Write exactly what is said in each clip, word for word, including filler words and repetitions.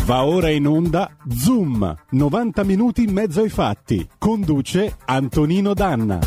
Va ora in onda Zoom, novanta minuti in mezzo ai fatti. Conduce Antonino Danna.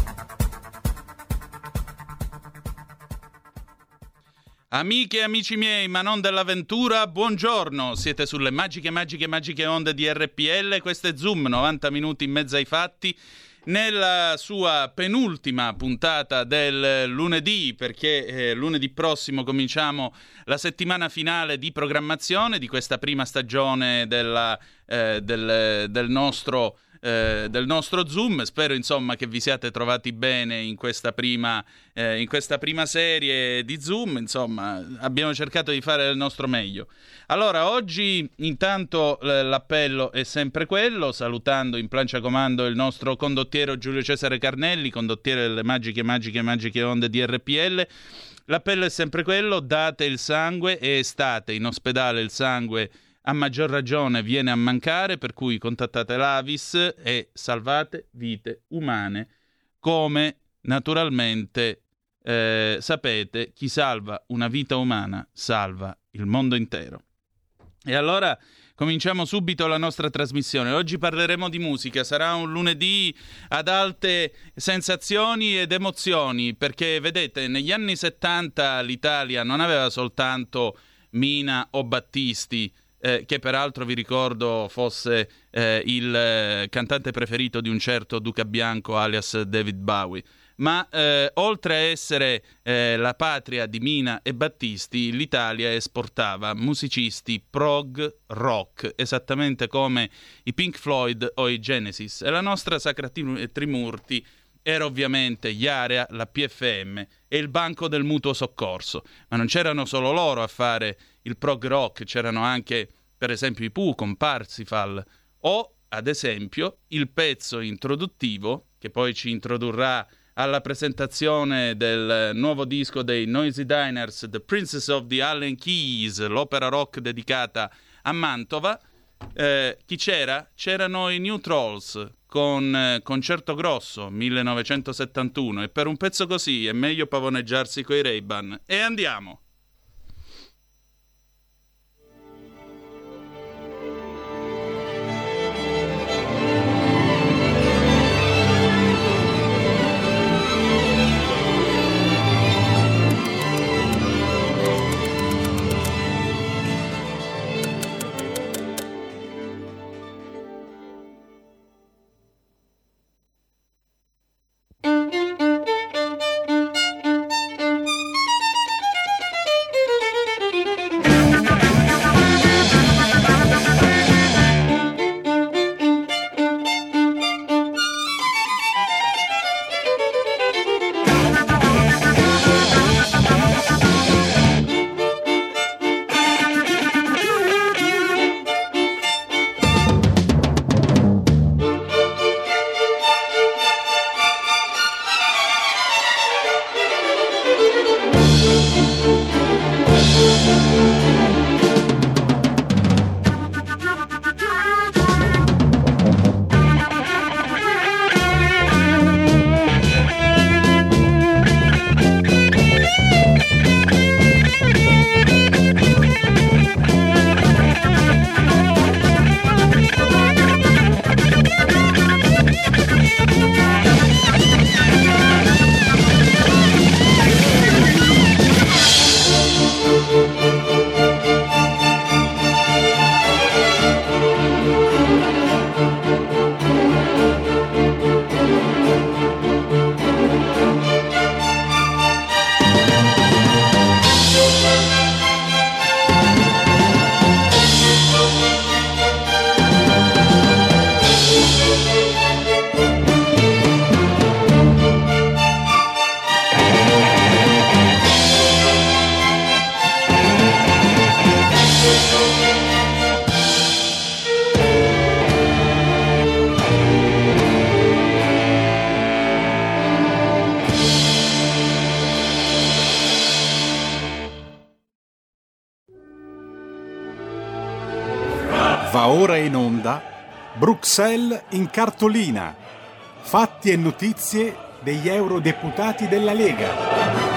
Amiche e amici miei, ma non dell'avventura, buongiorno. Siete sulle magiche, magiche, magiche onde di R P L. Questo è Zoom, novanta minuti in mezzo ai fatti. Nella sua penultima puntata del lunedì, perché eh, lunedì prossimo cominciamo la settimana finale di programmazione di questa prima stagione della, eh, del, del nostro Eh, del nostro Zoom. Spero insomma che vi siate trovati bene in questa prima eh, in questa prima serie di Zoom. Insomma, abbiamo cercato di fare il nostro meglio. Allora, oggi intanto l'appello è sempre quello, salutando in plancia comando il nostro condottiero Giulio Cesare Carnelli, condottiero delle magiche magiche magiche onde di R P L. L'appello è sempre quello: date il sangue, e state in ospedale il sangue a maggior ragione viene a mancare, per cui contattate l'Avis e salvate vite umane. Come naturalmente eh, sapete, chi salva una vita umana salva il mondo intero. E allora cominciamo subito la nostra trasmissione. Oggi parleremo di musica, sarà un lunedì ad alte sensazioni ed emozioni, perché vedete, negli anni settanta l'Italia non aveva soltanto Mina o Battisti, Eh, che peraltro vi ricordo fosse eh, il eh, cantante preferito di un certo Duca Bianco alias David Bowie, ma eh, oltre a essere eh, la patria di Mina e Battisti, l'Italia esportava musicisti prog rock, esattamente come i Pink Floyd o i Genesis, e la nostra Sacra Trimurti era ovviamente Yarea, la P F M e il Banco del Mutuo Soccorso. Ma non c'erano solo loro a fare il prog rock, c'erano anche per esempio i Pooh con Parsifal, o ad esempio il pezzo introduttivo che poi ci introdurrà alla presentazione del nuovo disco dei Noisy Diners, The Princess of the Allen Keys, l'opera rock dedicata a Mantova. Eh, chi c'era? C'erano i New Trolls con eh, Concerto Grosso millenovecentosettantuno, e per un pezzo così è meglio pavoneggiarsi coi Ray-Ban. E andiamo! Va ora in onda Bruxelles in cartolina. Fatti e notizie degli eurodeputati della Lega.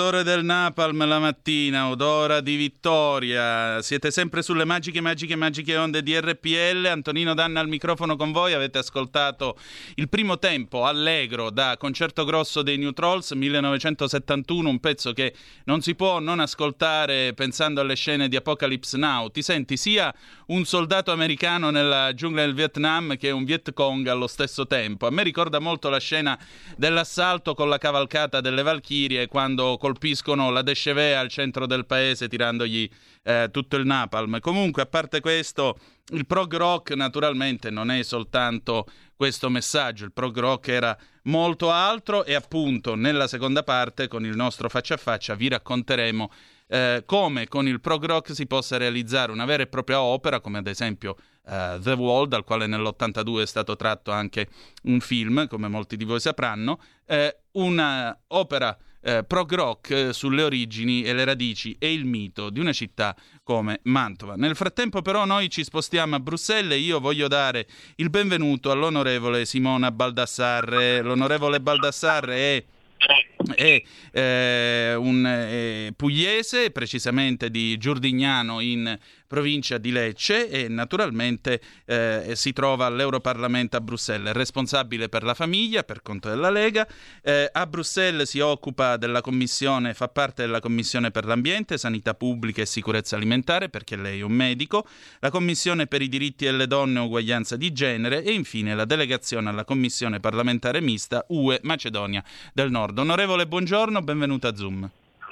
l'odore del napalm la mattina, odora di vittoria. Siete sempre sulle magiche, magiche, magiche onde di R P L. Antonino Danna al microfono con voi. Avete ascoltato il primo tempo allegro da Concerto Grosso dei New Trolls millenovecentosettantuno, un pezzo che non si può non ascoltare pensando alle scene di Apocalypse Now. Ti senti sia un soldato americano nella giungla del Vietnam che un Viet Cong allo stesso tempo. A me ricorda molto la scena dell'assalto con la cavalcata delle Valchirie quando colpiscono la Deshevea al centro del paese tirandogli eh, tutto il napalm. Comunque, a parte questo, il prog rock naturalmente non è soltanto questo messaggio, il prog rock era molto altro e appunto nella seconda parte con il nostro faccia a faccia vi racconteremo eh, come con il prog rock si possa realizzare una vera e propria opera, come ad esempio Uh, The Wall, dal quale nell'ottantadue è stato tratto anche un film, come molti di voi sapranno, eh, una opera eh, prog rock eh, sulle origini e le radici e il mito di una città come Mantova. Nel frattempo però noi ci spostiamo a Bruxelles e io voglio dare il benvenuto all'onorevole Simona Baldassarre. L'onorevole Baldassarre è è eh, un eh, pugliese, precisamente di Giurdignano in provincia di Lecce, e naturalmente eh, si trova all'Europarlamento a Bruxelles. È responsabile per la famiglia per conto della Lega. Eh, a Bruxelles si occupa della commissione, fa parte della commissione per l'ambiente, sanità pubblica e sicurezza alimentare, perché lei è un medico, la commissione per i diritti delle donne e uguaglianza di genere e infine la delegazione alla commissione parlamentare mista U E Macedonia del Nord. Onorevole, buongiorno, benvenuta a Zoom.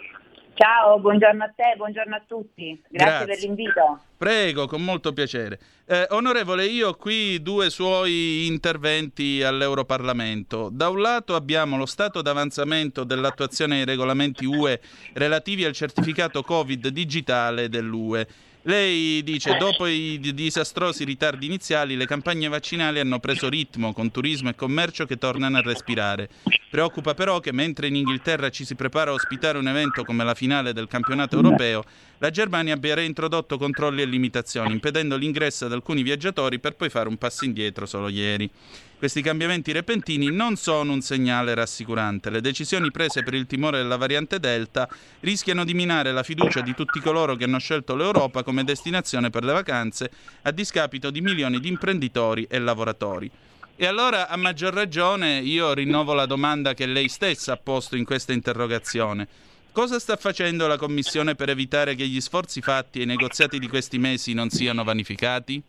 Ciao, buongiorno a te, buongiorno a tutti. Grazie, Grazie. per l'invito. Prego, con molto piacere. Eh, onorevole, io ho qui due suoi interventi all'Europarlamento. Da un lato abbiamo lo stato d'avanzamento dell'attuazione dei regolamenti U E relativi al certificato Covid digitale dell'U E. Lei dice, dopo i disastrosi ritardi iniziali, le campagne vaccinali hanno preso ritmo con turismo e commercio che tornano a respirare. Preoccupa però che mentre in Inghilterra ci si prepara a ospitare un evento come la finale del campionato europeo, la Germania abbia reintrodotto controlli e limitazioni, impedendo l'ingresso ad alcuni viaggiatori per poi fare un passo indietro solo ieri. Questi cambiamenti repentini non sono un segnale rassicurante. Le decisioni prese per il timore della variante Delta rischiano di minare la fiducia di tutti coloro che hanno scelto l'Europa come destinazione per le vacanze, a discapito di milioni di imprenditori e lavoratori. E allora, a maggior ragione, io rinnovo la domanda che lei stessa ha posto in questa interrogazione. Cosa sta facendo la Commissione per evitare che gli sforzi fatti e i negoziati di questi mesi non siano vanificati?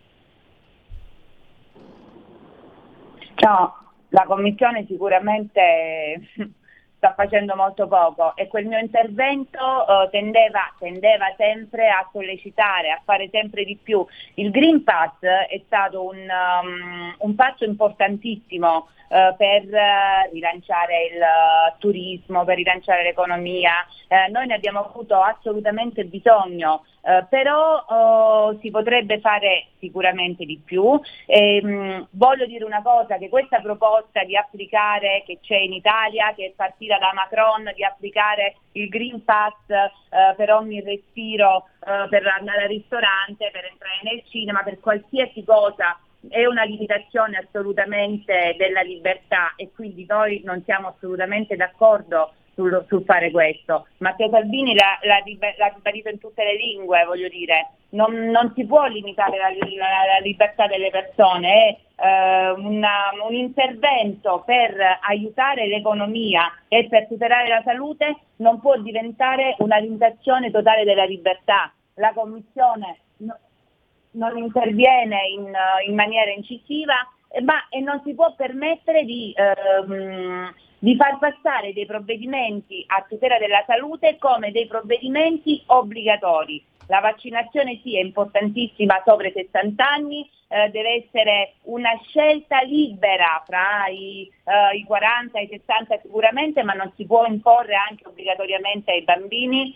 No, la Commissione sicuramente sta facendo molto poco e quel mio intervento uh, tendeva, tendeva sempre a sollecitare, a fare sempre di più. Il Green Pass è stato un, um, un passo importantissimo uh, per uh, rilanciare il uh, turismo, per rilanciare l'economia. Uh, noi ne abbiamo avuto assolutamente bisogno. Uh, però uh, si potrebbe fare sicuramente di più. E, mh, voglio dire una cosa, che questa proposta di applicare, che c'è in Italia, che è partita da Macron, di applicare il Green Pass uh, per ogni respiro, uh, per andare al ristorante, per entrare nel cinema, per qualsiasi cosa, è una limitazione assolutamente della libertà e quindi noi non siamo assolutamente d'accordo sul, sul fare questo. Matteo Salvini l'ha, l'ha, l'ha ribadito in tutte le lingue, voglio dire, non, non si può limitare la, la, la libertà delle persone, è eh, una, un intervento per aiutare l'economia e per tutelare la salute, non può diventare una limitazione totale della libertà. La Commissione no, non interviene in, in maniera incisiva, ma e non si può permettere di, ehm, di far passare dei provvedimenti a tutela della salute come dei provvedimenti obbligatori. La vaccinazione sì è importantissima sopra i sessanta anni, eh, deve essere una scelta libera fra i, eh, i quaranta e i sessanta sicuramente, ma non si può imporre anche obbligatoriamente ai bambini,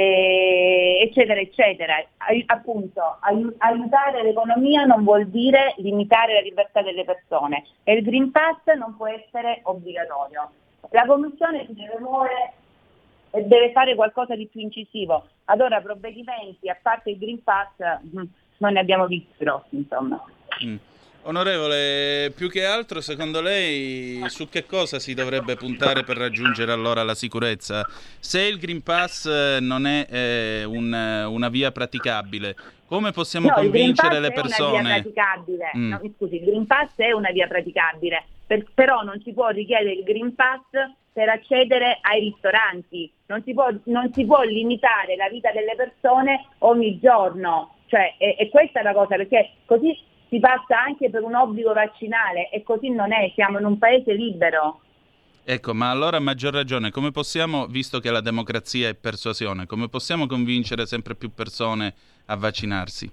eh, eccetera, eccetera. Ai, appunto, ai, aiutare l'economia non vuol dire limitare la libertà delle persone e il Green Pass non può essere obbligatorio. La Commissione si deve muovere e deve fare qualcosa di più incisivo. Ad ora provvedimenti, a parte il Green Pass, non ne abbiamo visti grossi, insomma. Mm. Onorevole, più che altro, secondo lei, su che cosa si dovrebbe puntare per raggiungere allora la sicurezza? Se il Green Pass non è eh, un, una via praticabile, come possiamo no, convincere le No, persone? il Green Pass è una via praticabile. Mm. No, scusi, il Green Pass è una via praticabile, per, però non si può richiedere il Green Pass per accedere ai ristoranti, non si può, non si può limitare la vita delle persone ogni giorno, cioè, e, e questa è la cosa, perché così si passa anche per un obbligo vaccinale e così non è, siamo in un paese libero. Ecco, ma allora a maggior ragione, come possiamo, visto che la democrazia è persuasione, come possiamo convincere sempre più persone a vaccinarsi?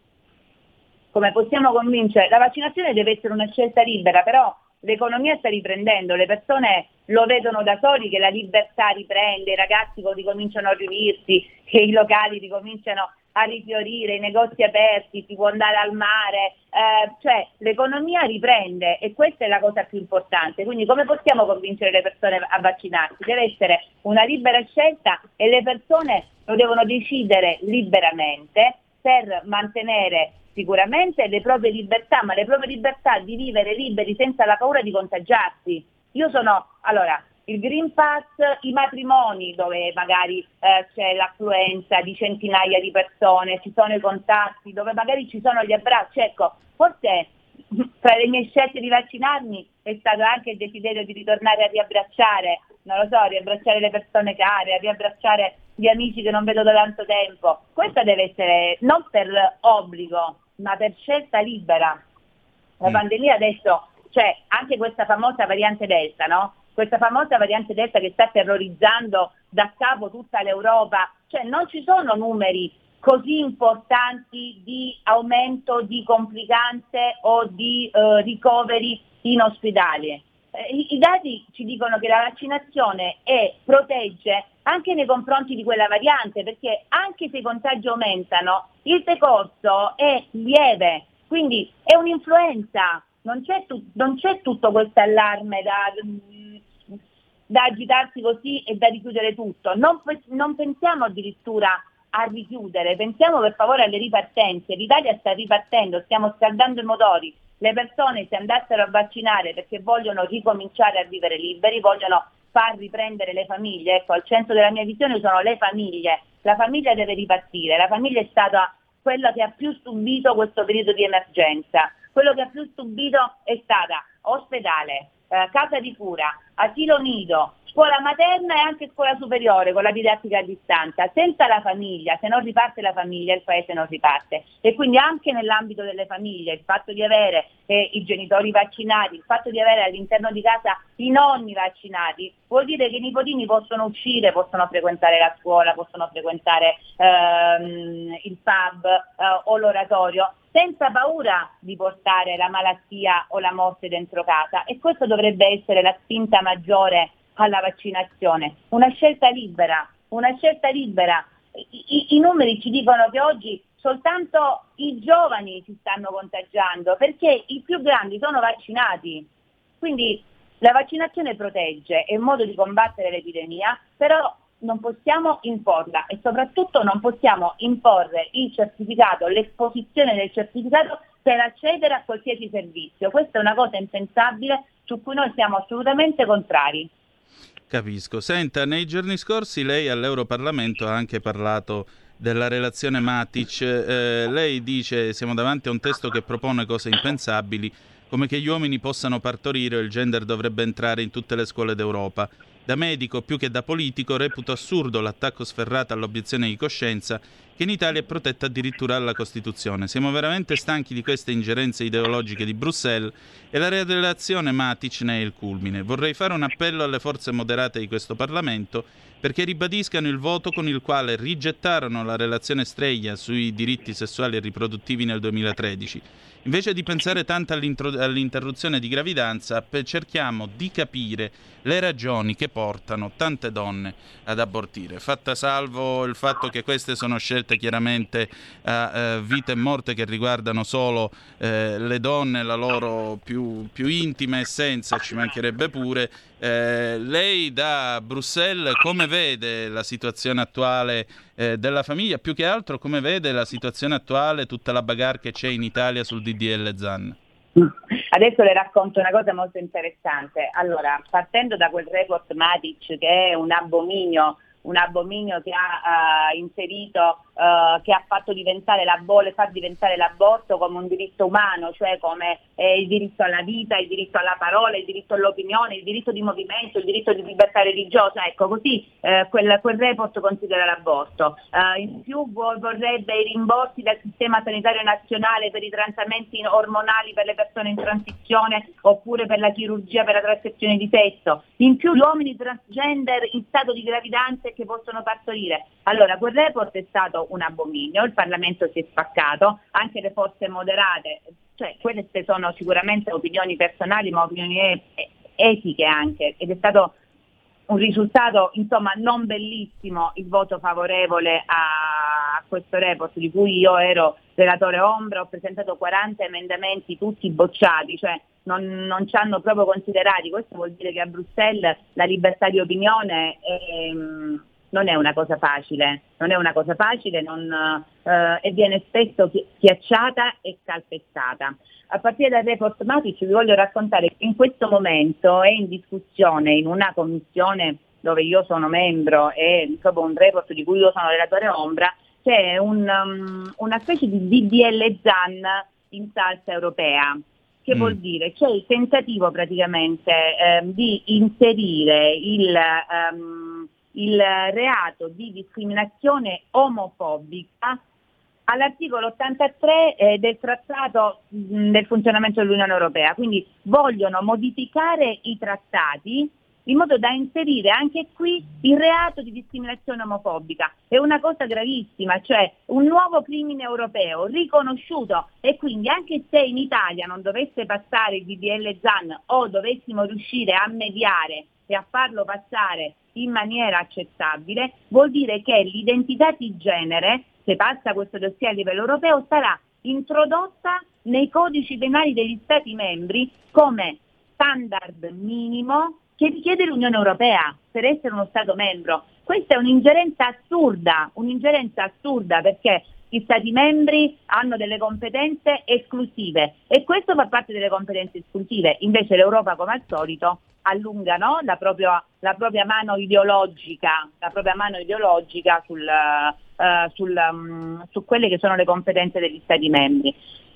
Come possiamo convincere? La vaccinazione deve essere una scelta libera, però l'economia sta riprendendo, le persone lo vedono da soli che la libertà riprende, i ragazzi ricominciano a riunirsi, che i locali ricominciano a rifiorire, i negozi aperti, si può andare al mare, eh, cioè l'economia riprende e questa è la cosa più importante. Quindi come possiamo convincere le persone a vaccinarsi? Deve essere una libera scelta e le persone lo devono decidere liberamente per mantenere sicuramente le proprie libertà, ma le proprie libertà di vivere liberi senza la paura di contagiarsi. Io sono, allora, il Green Pass, i matrimoni dove magari eh, c'è l'affluenza di centinaia di persone, ci sono i contatti, dove magari ci sono gli abbracci, ecco, forse tra le mie scelte di vaccinarmi è stato anche il desiderio di ritornare a riabbracciare, non lo so, riabbracciare le persone care, a riabbracciare gli amici che non vedo da tanto tempo. Questa deve essere non per obbligo, ma per scelta libera. La mm. pandemia adesso, cioè anche questa famosa variante Delta, no? Questa famosa variante Delta che sta terrorizzando da capo tutta l'Europa, cioè non ci sono numeri così importanti di aumento di complicanze o di eh, ricoveri in ospedale. Eh, i, I dati ci dicono che la vaccinazione è, protegge anche nei confronti di quella variante, perché anche se i contagi aumentano, il decorso è lieve, quindi è un'influenza, non c'è, tu, non c'è tutto questo allarme da, da agitarsi così e da richiudere tutto. Non, non pensiamo addirittura a richiudere, pensiamo per favore alle ripartenze. L'Italia sta ripartendo, stiamo scaldando i motori, le persone si andassero a vaccinare perché vogliono ricominciare a vivere liberi, vogliono far riprendere le famiglie. Ecco, al centro della mia visione sono le famiglie, la famiglia deve ripartire, la famiglia è stata quella che ha più subito questo periodo di emergenza, quello che ha più subito è stata ospedale, eh, casa di cura, asilo nido, scuola materna e anche scuola superiore con la didattica a distanza. Senza la famiglia, se non riparte la famiglia, il paese non riparte. E quindi anche nell'ambito delle famiglie il fatto di avere eh, i genitori vaccinati, il fatto di avere all'interno di casa i nonni vaccinati, vuol dire che i nipotini possono uscire, possono frequentare la scuola, possono frequentare ehm, il pub eh, o l'oratorio, senza paura di portare la malattia o la morte dentro casa. E questo dovrebbe essere la spinta maggiore alla vaccinazione, una scelta libera, una scelta libera. I, i, i numeri ci dicono che oggi soltanto i giovani si stanno contagiando perché i più grandi sono vaccinati. Quindi la vaccinazione protegge, è un modo di combattere l'epidemia, però non possiamo imporla e soprattutto non possiamo imporre il certificato, l'esposizione del certificato per accedere a qualsiasi servizio. Questa è una cosa impensabile su cui noi siamo assolutamente contrari. Capisco. Senta, nei giorni scorsi lei all'Europarlamento ha anche parlato della relazione Matic. Eh, lei dice siamo davanti a un testo che propone cose impensabili, come che gli uomini possano partorire o il gender dovrebbe entrare in tutte le scuole d'Europa. Da medico, più che da politico, reputo assurdo l'attacco sferrato all'obiezione di coscienza che in Italia è protetta addirittura dalla Costituzione. Siamo veramente stanchi di queste ingerenze ideologiche di Bruxelles e la relazione Matic ne è il culmine. Vorrei fare un appello alle forze moderate di questo Parlamento perché ribadiscano il voto con il quale rigettarono la relazione Streglia sui diritti sessuali e riproduttivi nel duemilatredici. Invece di pensare tanto all'interruzione di gravidanza, cerchiamo di capire le ragioni che portano tante donne ad abortire, fatta salvo il fatto che queste sono scelte chiaramente a eh, vita e morte che riguardano solo eh, le donne, la loro più, più intima essenza, ci mancherebbe pure. Eh, lei da Bruxelles come vede la situazione attuale eh, della famiglia, più che altro come vede la situazione attuale, tutta la bagarre che c'è in Italia sul D D L Zan? Adesso le racconto una cosa molto interessante. Allora, partendo da quel report Matic, che è un abominio, un abominio che ha uh, inserito, uh, che ha fatto diventare la vuole far diventare l'aborto come un diritto umano, cioè come eh, il diritto alla vita, il diritto alla parola, il diritto all'opinione, il diritto di movimento, il diritto di libertà religiosa. Ecco, così eh, quel, quel report considera l'aborto. Uh, in più vorrebbe i rimborsi dal sistema sanitario nazionale per i trattamenti ormonali per le persone in transizione oppure per la chirurgia per la trascrizione di sesso. In più gli uomini transgender in stato di gravidanza che possono partorire. Allora, quel report è stato un abominio, il Parlamento si è spaccato, anche le forze moderate, cioè queste sono sicuramente opinioni personali, ma opinioni etiche anche, ed è stato un risultato insomma non bellissimo il voto favorevole a questo report, di cui io ero relatore ombra. Ho presentato quaranta emendamenti, tutti bocciati, cioè non, non ci hanno proprio considerati. Questo vuol dire che a Bruxelles la libertà di opinione è, non è una cosa facile, non è una cosa facile non, eh, e viene spesso schiacciata e calpestata. A partire dal report Matic vi voglio raccontare che in questo momento è in discussione in una commissione dove io sono membro e proprio un report di cui io sono relatore ombra, c'è un, um, una specie di D D L Zan in salsa europea, che mm. vuol dire c'è il tentativo praticamente eh, di inserire il, um, il reato di discriminazione omofobica all'articolo ottantatré eh, del Trattato mh, del funzionamento dell'Unione Europea. Quindi vogliono modificare i trattati in modo da inserire anche qui il reato di discriminazione omofobica. È una cosa gravissima, cioè un nuovo crimine europeo riconosciuto, e quindi anche se in Italia non dovesse passare il D D L Zan o dovessimo riuscire a mediare e a farlo passare in maniera accettabile, vuol dire che l'identità di genere, se passa questo dossier a livello europeo, sarà introdotta nei codici penali degli Stati membri come standard minimo che richiede l'Unione Europea per essere uno Stato membro. Questa è un'ingerenza assurda, un'ingerenza assurda perché gli Stati membri hanno delle competenze esclusive e questo fa parte delle competenze esclusive. Invece l'Europa, come al solito, allunga no? la, propria, la propria mano ideologica, la propria mano ideologica sul, uh, sul, um, su quelle che sono le competenze degli Stati membri.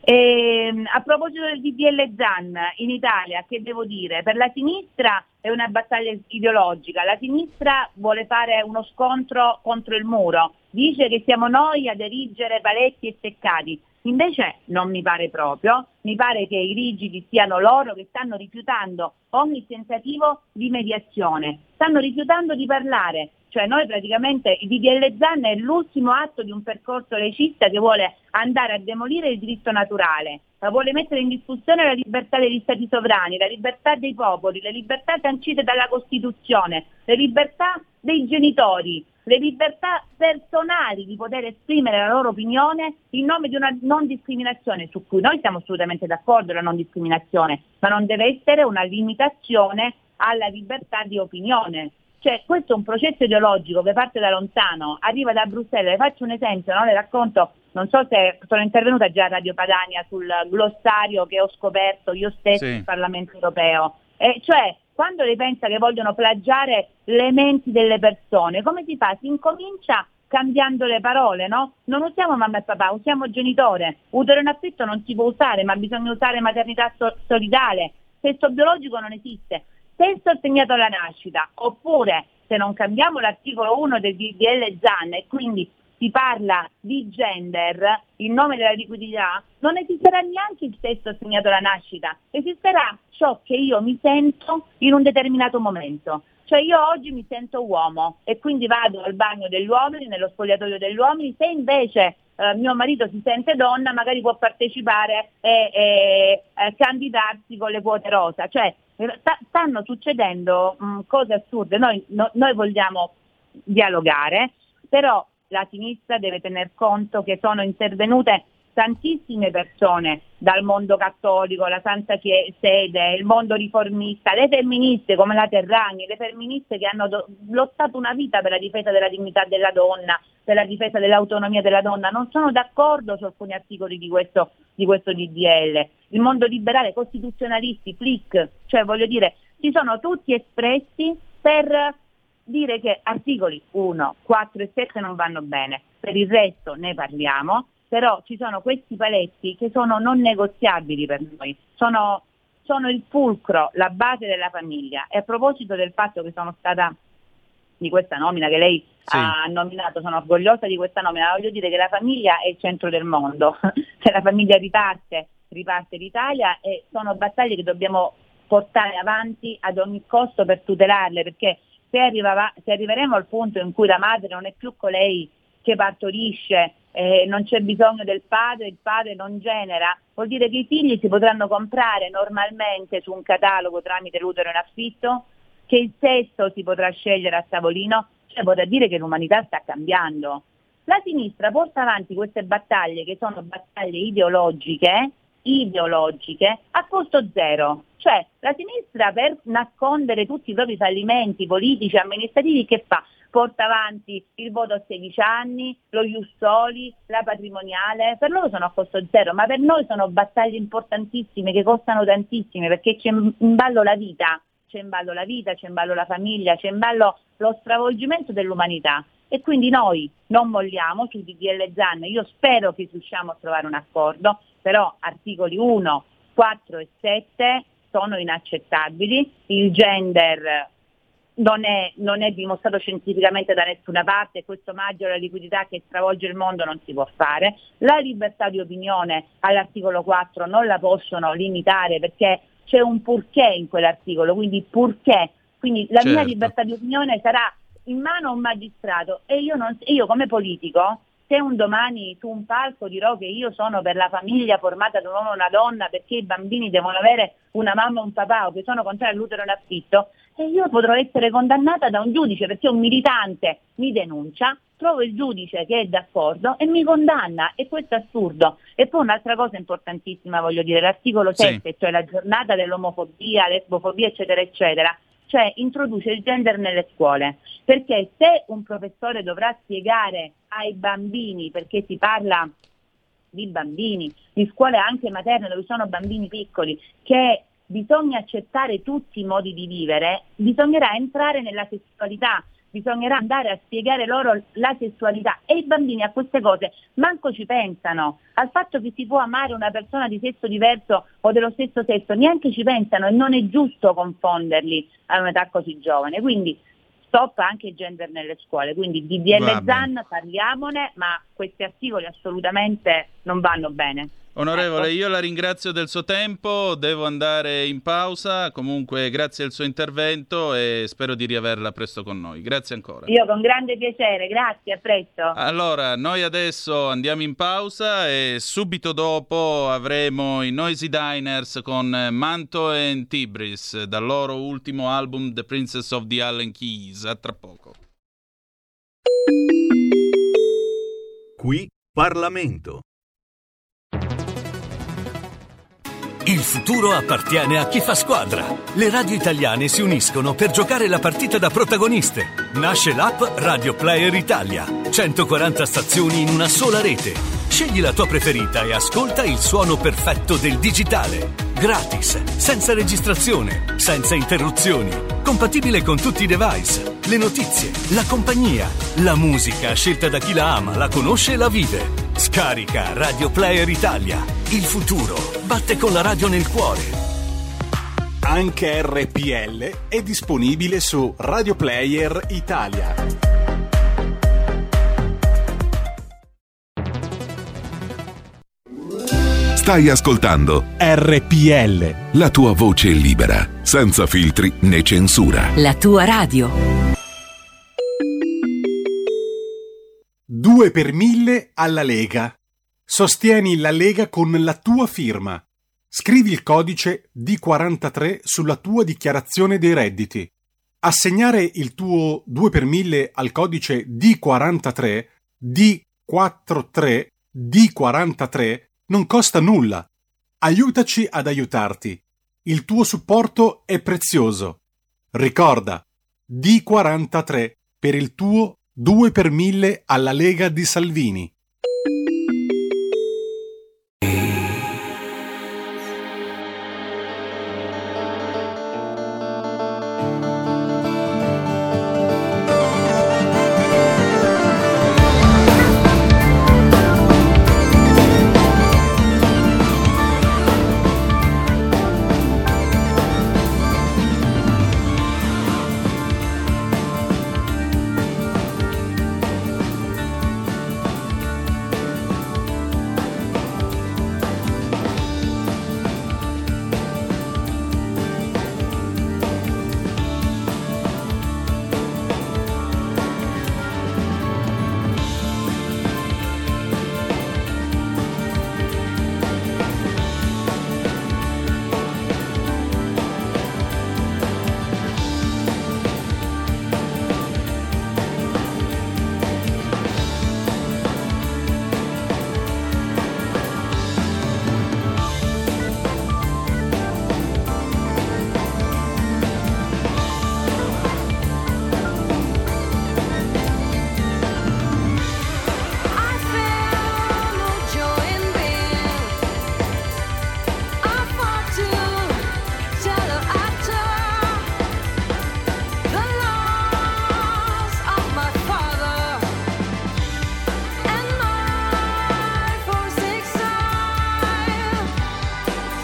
E, a proposito del D D L Zan in Italia, che devo dire? Per la sinistra è una battaglia ideologica, la sinistra vuole fare uno scontro contro il muro, dice che siamo noi ad erigere paletti e steccati, invece non mi pare proprio, mi pare che i rigidi siano loro che stanno rifiutando ogni tentativo di mediazione, stanno rifiutando di parlare. Cioè noi praticamente il D D L Zan è l'ultimo atto di un percorso laicista che vuole andare a demolire il diritto naturale, ma vuole mettere in discussione la libertà degli stati sovrani, la libertà dei popoli, le libertà sancite dalla Costituzione, le libertà dei genitori, le libertà personali di poter esprimere la loro opinione in nome di una non discriminazione, su cui noi siamo assolutamente d'accordo, la non discriminazione, ma non deve essere una limitazione alla libertà di opinione. Cioè questo è un processo ideologico che parte da lontano, arriva da Bruxelles. Le faccio un esempio, no? Le racconto, non so se sono intervenuta già a Radio Padania sul glossario che ho scoperto io stesso sì. in Parlamento Europeo. E cioè quando lei pensa che vogliono plagiare le menti delle persone, come si fa? Si incomincia cambiando le parole, no? Non usiamo mamma e papà, usiamo genitore. Utero in affitto non si può usare, ma bisogna usare maternità so- solidale. Sesso biologico non esiste. Sesso assegnato alla nascita, oppure se non cambiamo l'articolo uno del D D L Zan e quindi si parla di gender in nome della liquidità, non esisterà neanche il sesso assegnato alla nascita, esisterà ciò che io mi sento in un determinato momento. Cioè io oggi mi sento uomo e quindi vado al bagno degli uomini, nello spogliatoio degli uomini, se invece eh, mio marito si sente donna magari può partecipare e, e, e candidarsi con le quote rosa. Cioè stanno succedendo mh, cose assurde. Noi, no, noi vogliamo dialogare, però la sinistra deve tener conto che sono intervenute tantissime persone dal mondo cattolico, la Santa Sede, il mondo riformista, le femministe come la Terragni, le femministe che hanno do- lottato una vita per la difesa della dignità della donna, per la difesa dell'autonomia della donna, non sono d'accordo su alcuni articoli di questo, di questo D D L. il mondo liberale, costituzionalisti, Flick, cioè voglio dire, si sono tutti espressi per dire che articoli uno, quattro e sette non vanno bene, per il resto ne parliamo, però ci sono questi paletti che sono non negoziabili per noi, sono, sono il fulcro, la base della famiglia. E a proposito del fatto che sono stata di questa nomina che lei sì. ha nominato, sono orgogliosa di questa nomina, voglio dire che la famiglia è il centro del mondo, se la famiglia riparte, riparte l'Italia, e sono battaglie che dobbiamo portare avanti ad ogni costo per tutelarle, perché se, arriva, se arriveremo al punto in cui la madre non è più colei che partorisce, eh, non c'è bisogno del padre, il padre non genera, vuol dire che i figli si potranno comprare normalmente su un catalogo tramite l'utero in affitto, che il sesso si potrà scegliere a tavolino, cioè vorrà dire che l'umanità sta cambiando. La sinistra porta avanti queste battaglie che sono battaglie ideologiche, ideologiche a costo zero, cioè la sinistra per nascondere tutti i propri fallimenti politici, amministrativi, che fa? Porta avanti il voto a sedici anni, lo ius soli, la patrimoniale, per loro sono a costo zero, ma per noi sono battaglie importantissime che costano tantissime, perché c'è in ballo la vita, c'è in ballo la vita, c'è in ballo la famiglia, c'è in ballo lo stravolgimento dell'umanità. E quindi noi non molliamo sul D D L Zan, io spero che riusciamo a trovare un accordo, però articoli uno, quattro e sette sono inaccettabili, il gender non è, non è dimostrato scientificamente da nessuna parte, questo omaggio alla liquidità che stravolge il mondo non si può fare, la libertà di opinione all'articolo quattro non la possono limitare perché c'è un purché in quell'articolo, quindi purché, quindi la certo. mia libertà di opinione sarà in mano a un magistrato, e io, non, io come politico, se un domani su un palco dirò che io sono per la famiglia formata da un uomo e una donna perché i bambini devono avere una mamma e un papà, o che sono contraria all'utero in affitto, e io potrò essere condannata da un giudice perché un militante mi denuncia, trovo il giudice che è d'accordo e mi condanna, e questo è assurdo. E poi un'altra cosa importantissima voglio dire, l'articolo sette, sì. cioè la giornata dell'omofobia, lesbofobia eccetera eccetera, cioè introduce il gender nelle scuole, perché se un professore dovrà spiegare ai bambini, perché si parla di bambini, di scuole anche materne dove sono bambini piccoli, che bisogna accettare tutti i modi di vivere, bisognerà entrare nella sessualità, bisognerà andare a spiegare loro la sessualità, e i bambini a queste cose manco ci pensano, al fatto che si può amare una persona di sesso diverso o dello stesso sesso, neanche ci pensano, e non è giusto confonderli a un'età così giovane. Quindi stop anche il gender nelle scuole, quindi D D L Zan parliamone, ma questi articoli assolutamente non vanno bene. Onorevole, ecco. io la ringrazio del suo tempo, devo andare in pausa, comunque grazie al suo intervento e spero di riaverla presto con noi. Grazie ancora. Io con grande piacere, grazie, a presto. Allora, noi adesso andiamo in pausa e subito dopo avremo i Noisy Diners con Manto and Tibris dal loro ultimo album The Princess of the Allen Keys. A tra poco. Qui Parlamento. Il futuro appartiene a chi fa squadra. Le radio italiane si uniscono per giocare la partita da protagoniste. Nasce l'app Radio Player Italia. centoquaranta stazioni in una sola rete. Scegli la tua preferita e ascolta il suono perfetto del digitale. Gratis, senza registrazione, senza interruzioni. Compatibile con tutti i device. Le notizie, la compagnia, la musica scelta da chi la ama, la conosce e la vive. Scarica Radio Player Italia. Il futuro batte con la radio nel cuore. Anche R P L è disponibile su Radio Player Italia. Stai ascoltando R P L, la tua voce libera, senza filtri né censura. La tua radio. due per mille alla Lega. Sostieni la Lega con la tua firma. Scrivi il codice D quarantatré sulla tua dichiarazione dei redditi. Assegnare il tuo due per mille al codice D quarantatré, D quarantatré, D quarantatré non costa nulla. Aiutaci ad aiutarti. Il tuo supporto è prezioso. Ricorda, D quarantatré per il tuo due per mille alla Lega di Salvini.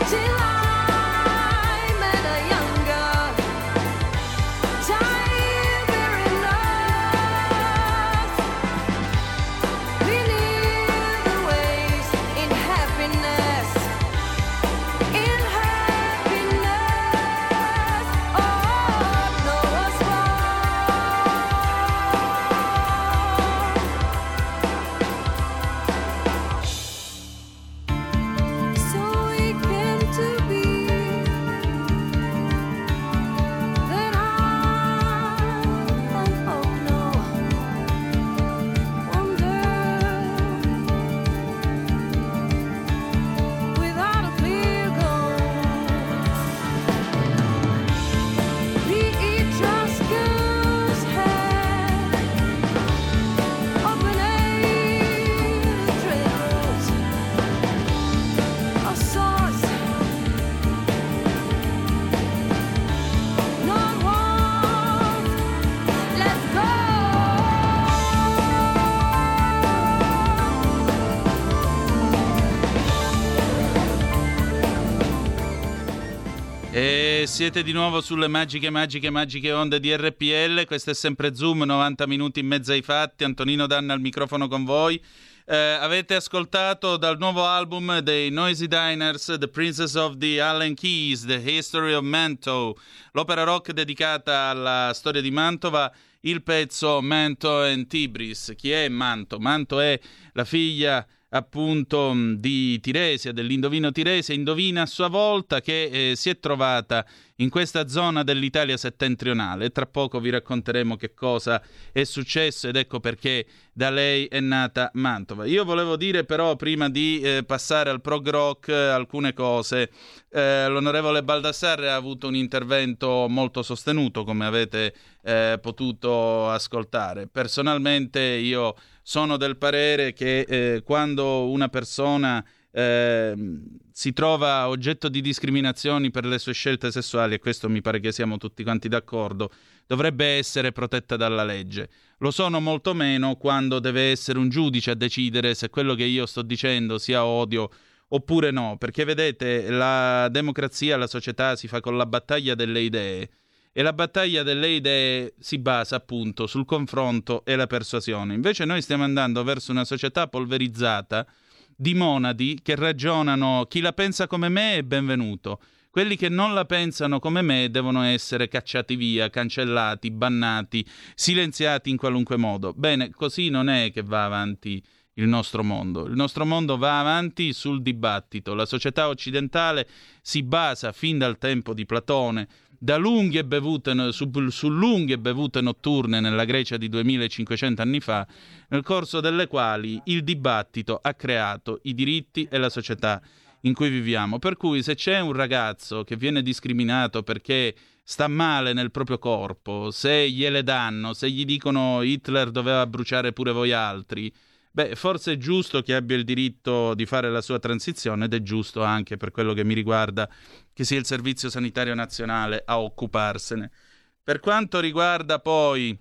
E siete di nuovo sulle magiche, magiche, magiche onde di R P L. Questo è sempre Zoom, novanta minuti in mezzo ai fatti. Antonino Danna al microfono con voi. Eh, avete ascoltato dal nuovo album dei Noisy Diners, The Princess of the Allen Keys, The History of Manto, l'opera rock dedicata alla storia di Mantova, il pezzo Manto and Tibris. Chi è Manto? Manto è la figlia appunto di Tiresia, dell'indovino Tiresia, indovina a sua volta, che eh, si è trovata in questa zona dell'Italia settentrionale. Tra poco vi racconteremo che cosa è successo ed ecco perché da lei è nata Mantova. Io volevo dire però, prima di eh, passare al prog rock, alcune cose. Eh, l'onorevole Baldassarre ha avuto un intervento molto sostenuto, come avete eh, potuto ascoltare. Personalmente io sono del parere che eh, quando una persona eh, si trova oggetto di discriminazioni per le sue scelte sessuali, e questo mi pare che siamo tutti quanti d'accordo, dovrebbe essere protetta dalla legge. Lo sono molto meno quando deve essere un giudice a decidere se quello che io sto dicendo sia odio oppure no, perché vedete, la democrazia, la società si fa con la battaglia delle idee. E la battaglia delle idee si basa appunto sul confronto e la persuasione. Invece noi stiamo andando verso una società polverizzata di monadi che ragionano: chi la pensa come me è benvenuto, quelli che non la pensano come me devono essere cacciati via, cancellati, bannati, silenziati in qualunque modo. Bene, così non è che va avanti il nostro mondo. Il nostro mondo va avanti sul dibattito. La società occidentale si basa fin dal tempo di Platone da lunghe bevute, su, su lunghe bevute notturne nella Grecia di duemilacinquecento anni fa, nel corso delle quali il dibattito ha creato i diritti e la società in cui viviamo. Per cui se c'è un ragazzo che viene discriminato perché sta male nel proprio corpo, se gliele danno, se gli dicono Hitler doveva bruciare pure voi altri, beh, forse è giusto che abbia il diritto di fare la sua transizione, ed è giusto anche, per quello che mi riguarda, che sia il Servizio Sanitario Nazionale a occuparsene. Per quanto riguarda poi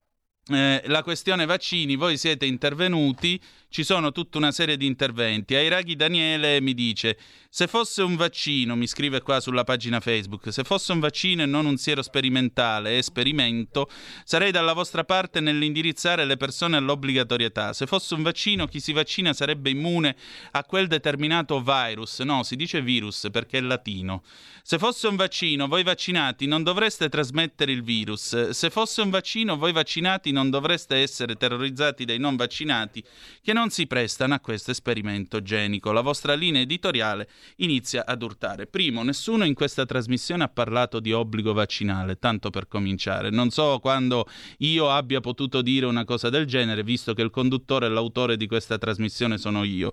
eh, la questione vaccini, voi siete intervenuti, ci sono tutta una serie di interventi. Airaghi Daniele mi dice: se fosse un vaccino, mi scrive qua sulla pagina Facebook, se fosse un vaccino e non un siero sperimentale, esperimento, sarei dalla vostra parte nell'indirizzare le persone all'obbligatorietà. Se fosse un vaccino, chi si vaccina sarebbe immune a quel determinato virus. No, si dice virus perché è latino. Se fosse un vaccino, voi vaccinati non dovreste trasmettere il virus. Se fosse un vaccino, voi vaccinati non dovreste essere terrorizzati dai non vaccinati che non si prestano a questo esperimento genico. La vostra linea editoriale inizia ad urtare. Primo, nessuno in questa trasmissione ha parlato di obbligo vaccinale, tanto per cominciare. Non so quando io abbia potuto dire una cosa del genere, visto che il conduttore e l'autore di questa trasmissione sono io.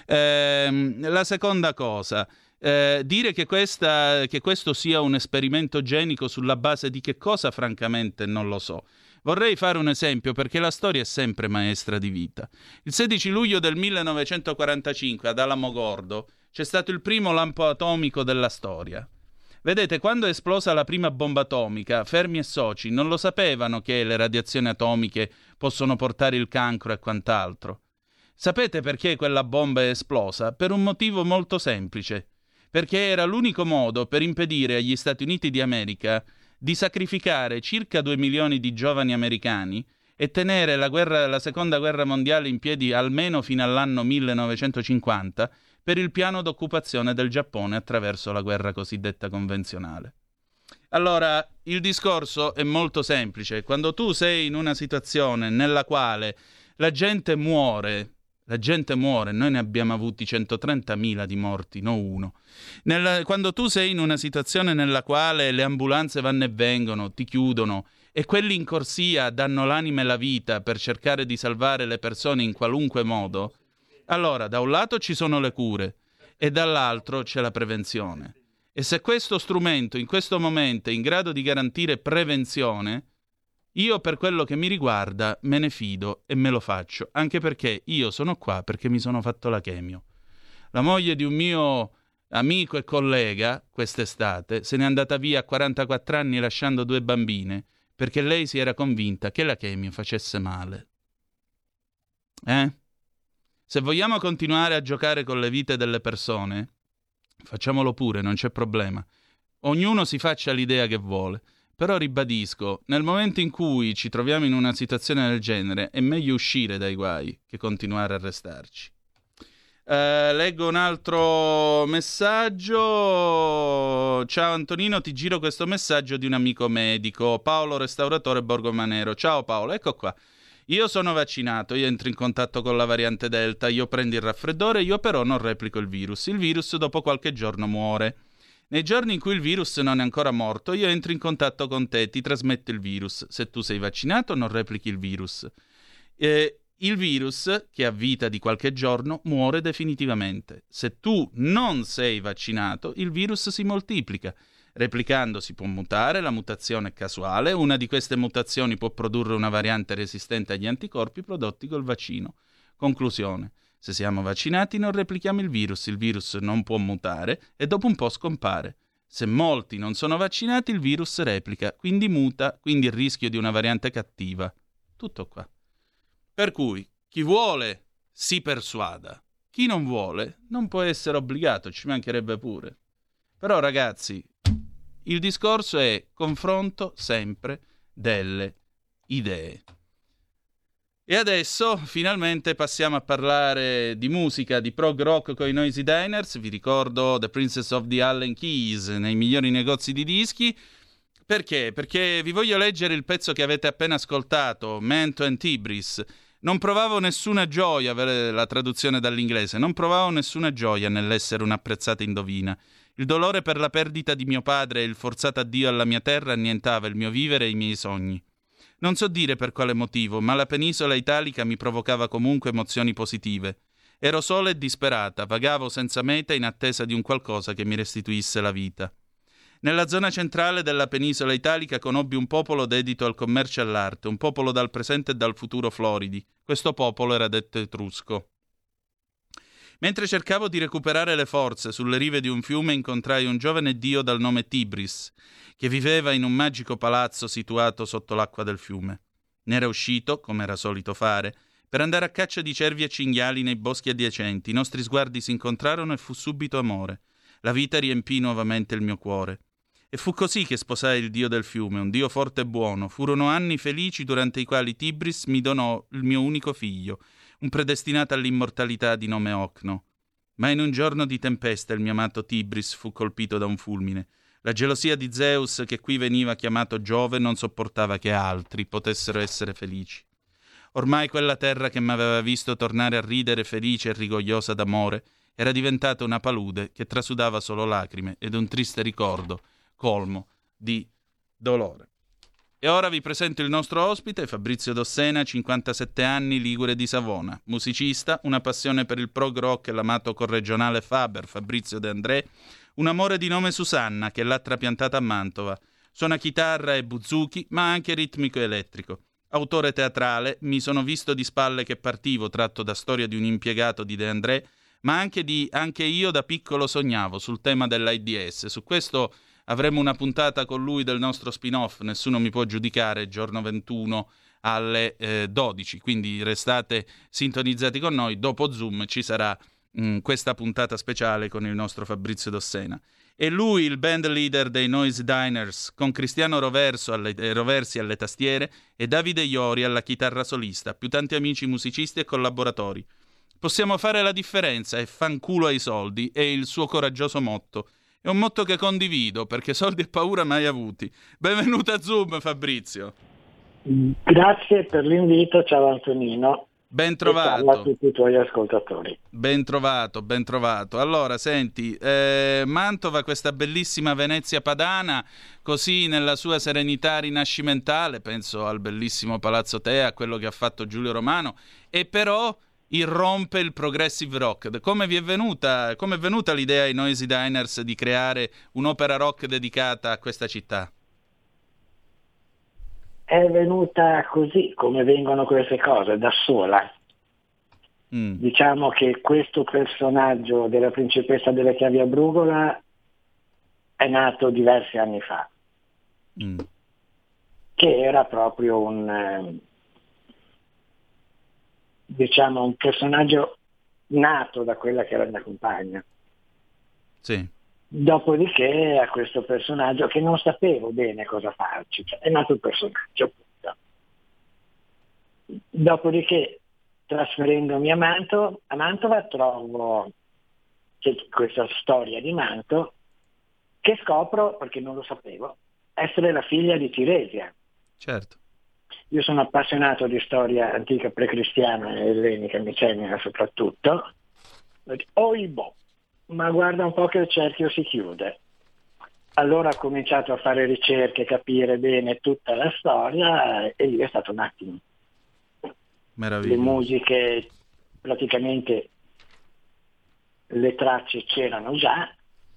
Ehm, la seconda cosa, eh, dire che, questa, che questo sia un esperimento genico sulla base di che cosa, francamente non lo so. Vorrei fare un esempio perché la storia è sempre maestra di vita. Il sedici luglio del millenovecentoquarantacinque ad Alamogordo c'è stato il primo lampo atomico della storia. Vedete, quando è esplosa la prima bomba atomica, Fermi e soci non lo sapevano che le radiazioni atomiche possono portare il cancro e quant'altro. Sapete perché quella bomba è esplosa? Per un motivo molto semplice. perché era l'unico modo per impedire agli Stati Uniti di America di sacrificare circa due milioni di giovani americani e tenere la, guerra, la seconda guerra mondiale in piedi almeno fino all'anno millenovecentocinquanta per il piano d'occupazione del Giappone attraverso la guerra cosiddetta convenzionale. Allora, il discorso è molto semplice. Quando tu sei in una situazione nella quale la gente muore, la gente muore, noi ne abbiamo avuti centotrentamila di morti, non uno. Nella, quando tu sei in una situazione nella quale le ambulanze vanno e vengono, ti chiudono, e quelli in corsia danno l'anima e la vita per cercare di salvare le persone in qualunque modo, allora da un lato ci sono le cure e dall'altro c'è la prevenzione. E se questo strumento in questo momento è in grado di garantire prevenzione, io per quello che mi riguarda me ne fido e me lo faccio, anche perché io sono qua perché mi sono fatto la chemio. La moglie di un mio amico e collega quest'estate se n'è andata via a quarantaquattro anni lasciando due bambine perché lei si era convinta che la chemio facesse male. Eh? Se vogliamo continuare a giocare con le vite delle persone, facciamolo pure, non c'è problema. Ognuno si faccia l'idea che vuole. Però ribadisco, nel momento in cui ci troviamo in una situazione del genere, è meglio uscire dai guai che continuare a restarci. Uh, leggo un altro messaggio. Ciao Antonino, ti giro questo messaggio di un amico medico, Paolo Restauratore Borgomanero. Ciao Paolo, ecco qua. Io sono vaccinato, io entro in contatto con la variante Delta, io prendo il raffreddore, io però non replico il virus. Il virus dopo qualche giorno muore. Nei giorni in cui il virus non è ancora morto, io entro in contatto con te, ti trasmetto il virus. Se tu sei vaccinato, non replichi il virus. Eh, il virus, che ha vita di qualche giorno, muore definitivamente. Se tu non sei vaccinato, il virus si moltiplica. Replicando si può mutare, la mutazione è casuale, una di queste mutazioni può produrre una variante resistente agli anticorpi prodotti col vaccino. Conclusione. Se siamo vaccinati non replichiamo il virus, il virus non può mutare e dopo un po' scompare. Se molti non sono vaccinati il virus replica, quindi muta, quindi il rischio di una variante cattiva. Tutto qua. Per cui chi vuole si persuada, chi non vuole non può essere obbligato, ci mancherebbe pure. Però ragazzi, il discorso è confronto sempre delle idee. E adesso finalmente passiamo a parlare di musica, di prog rock con i Noisy Diners. Vi ricordo The Princess of the Allen Keys nei migliori negozi di dischi. Perché? Perché vi voglio leggere il pezzo che avete appena ascoltato, Manto and Tibris. Non provavo nessuna gioia, la traduzione dall'inglese, non provavo nessuna gioia nell'essere un'apprezzata indovina. Il dolore per la perdita di mio padre e il forzato addio alla mia terra annientava il mio vivere e i miei sogni. Non so dire per quale motivo, ma la penisola italica mi provocava comunque emozioni positive. Ero sola e disperata, vagavo senza meta in attesa di un qualcosa che mi restituisse la vita. Nella zona centrale della penisola italica conobbi un popolo dedito al commercio e all'arte, un popolo dal presente e dal futuro floridi. Questo popolo era detto etrusco. Mentre cercavo di recuperare le forze sulle rive di un fiume, incontrai un giovane dio dal nome Tibris, che viveva in un magico palazzo situato sotto l'acqua del fiume. Ne era uscito, come era solito fare, per andare a caccia di cervi e cinghiali nei boschi adiacenti. I nostri sguardi si incontrarono e fu subito amore. La vita riempì nuovamente il mio cuore. E fu così che sposai il dio del fiume, un dio forte e buono. Furono anni felici durante i quali Tibris mi donò il mio unico figlio, un predestinato all'immortalità di nome Ocno. Ma in un giorno di tempesta il mio amato Tibris fu colpito da un fulmine. La gelosia di Zeus, che qui veniva chiamato Giove, non sopportava che altri potessero essere felici. Ormai quella terra che m'aveva visto tornare a ridere felice e rigogliosa d'amore era diventata una palude che trasudava solo lacrime ed un triste ricordo colmo di dolore. E ora vi presento il nostro ospite, Fabrizio Dossena, cinquantasette anni, ligure di Savona, musicista, una passione per il prog rock e l'amato corregionale Faber, Fabrizio De André, un amore di nome Susanna che l'ha trapiantata a Mantova. Suona chitarra e buzuki, ma anche ritmico e elettrico. Autore teatrale, mi sono visto di spalle che partivo, tratto da Storia di un impiegato di De André, ma anche di Anche io da piccolo sognavo sul tema dell'AIDS. Su questo avremo una puntata con lui del nostro spin-off, Nessuno mi può giudicare, giorno ventuno alle eh, dodici, quindi restate sintonizzati con noi. Dopo Zoom ci sarà mh, questa puntata speciale con il nostro Fabrizio Dossena. E lui il band leader dei Noise Diners, con Cristiano Roverso alle, eh, Roversi alle tastiere e Davide Iori alla chitarra solista, più tanti amici musicisti e collaboratori. Possiamo fare la differenza e fanculo ai soldi è il suo coraggioso motto. È un motto che condivido, perché soldi e paura mai avuti. Benvenuto a Zoom, Fabrizio. Grazie per l'invito, ciao Antonino. Ben trovato. E ciao a tutti i tuoi ascoltatori. Ben trovato, ben trovato. Allora, senti, eh, Mantova, questa bellissima Venezia padana, così nella sua serenità rinascimentale, penso al bellissimo Palazzo Tea, a quello che ha fatto Giulio Romano, e però irrompe il progressive rock. Come vi è venuta, come è venuta l'idea ai Noisy Diners di creare un'opera rock dedicata a questa città? È venuta così, come vengono queste cose, da sola. Mm. Diciamo che questo personaggio della principessa delle chiavi a Brugola è nato diversi anni fa, mm. che era proprio un, eh, diciamo, un personaggio nato da quella che era mia compagna. Sì. Dopodiché a questo personaggio che non sapevo bene cosa farci, cioè, è nato il personaggio. Appunto. Dopodiché, trasferendomi a, Manto, a Mantova, trovo che questa storia di Manto, che scopro, perché non lo sapevo, essere la figlia di Tiresia. Certo. Io sono appassionato di storia antica precristiana e ellenica, micenica soprattutto. Oibò! Ma guarda un po' che il cerchio si chiude. Allora ho cominciato a fare ricerche, capire bene tutta la storia e lì è stato un attimo. Meraviglioso. Le musiche, praticamente le tracce c'erano già,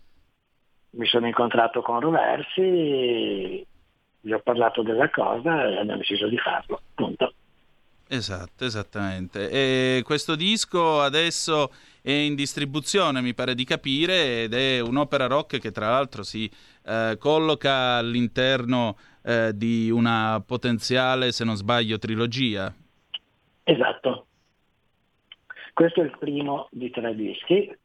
mi sono incontrato con Roversi, gli ho parlato della cosa e abbiamo deciso di farlo, punto. Esatto, esattamente. E questo disco adesso è in distribuzione, mi pare di capire, ed è un'opera rock che tra l'altro si eh, colloca all'interno eh, di una potenziale, se non sbaglio, trilogia. Esatto. Questo è il primo di tre dischi,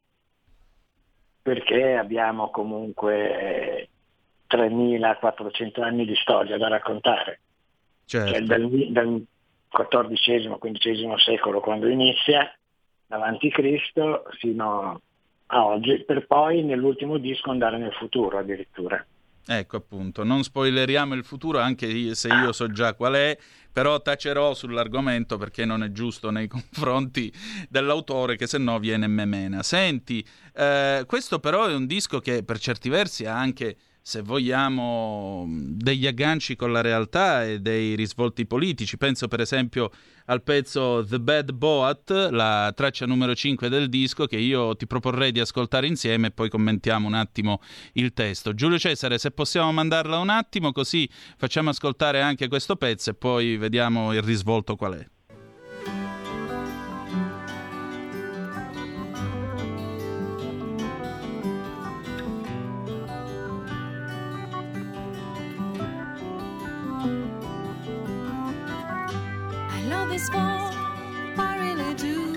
perché abbiamo comunque tremilaquattrocento anni di storia da raccontare. Certo. Cioè dal, dal quattordicesimo quindicesimo secolo, quando inizia, avanti Cristo, fino a oggi, per poi nell'ultimo disco andare nel futuro addirittura. Ecco, appunto, non spoileriamo il futuro, anche se io so già qual è, però tacerò sull'argomento perché non è giusto nei confronti dell'autore, che se no viene memena. Senti, eh, questo però è un disco che per certi versi ha anche, se vogliamo, degli agganci con la realtà e dei risvolti politici. Penso per esempio al pezzo The Bad Boat, la traccia numero cinque del disco, che io ti proporrei di ascoltare insieme e poi commentiamo un attimo il testo. Giulio Cesare, se possiamo mandarla un attimo, così facciamo ascoltare anche questo pezzo e poi vediamo il risvolto qual è. This fall, I really do.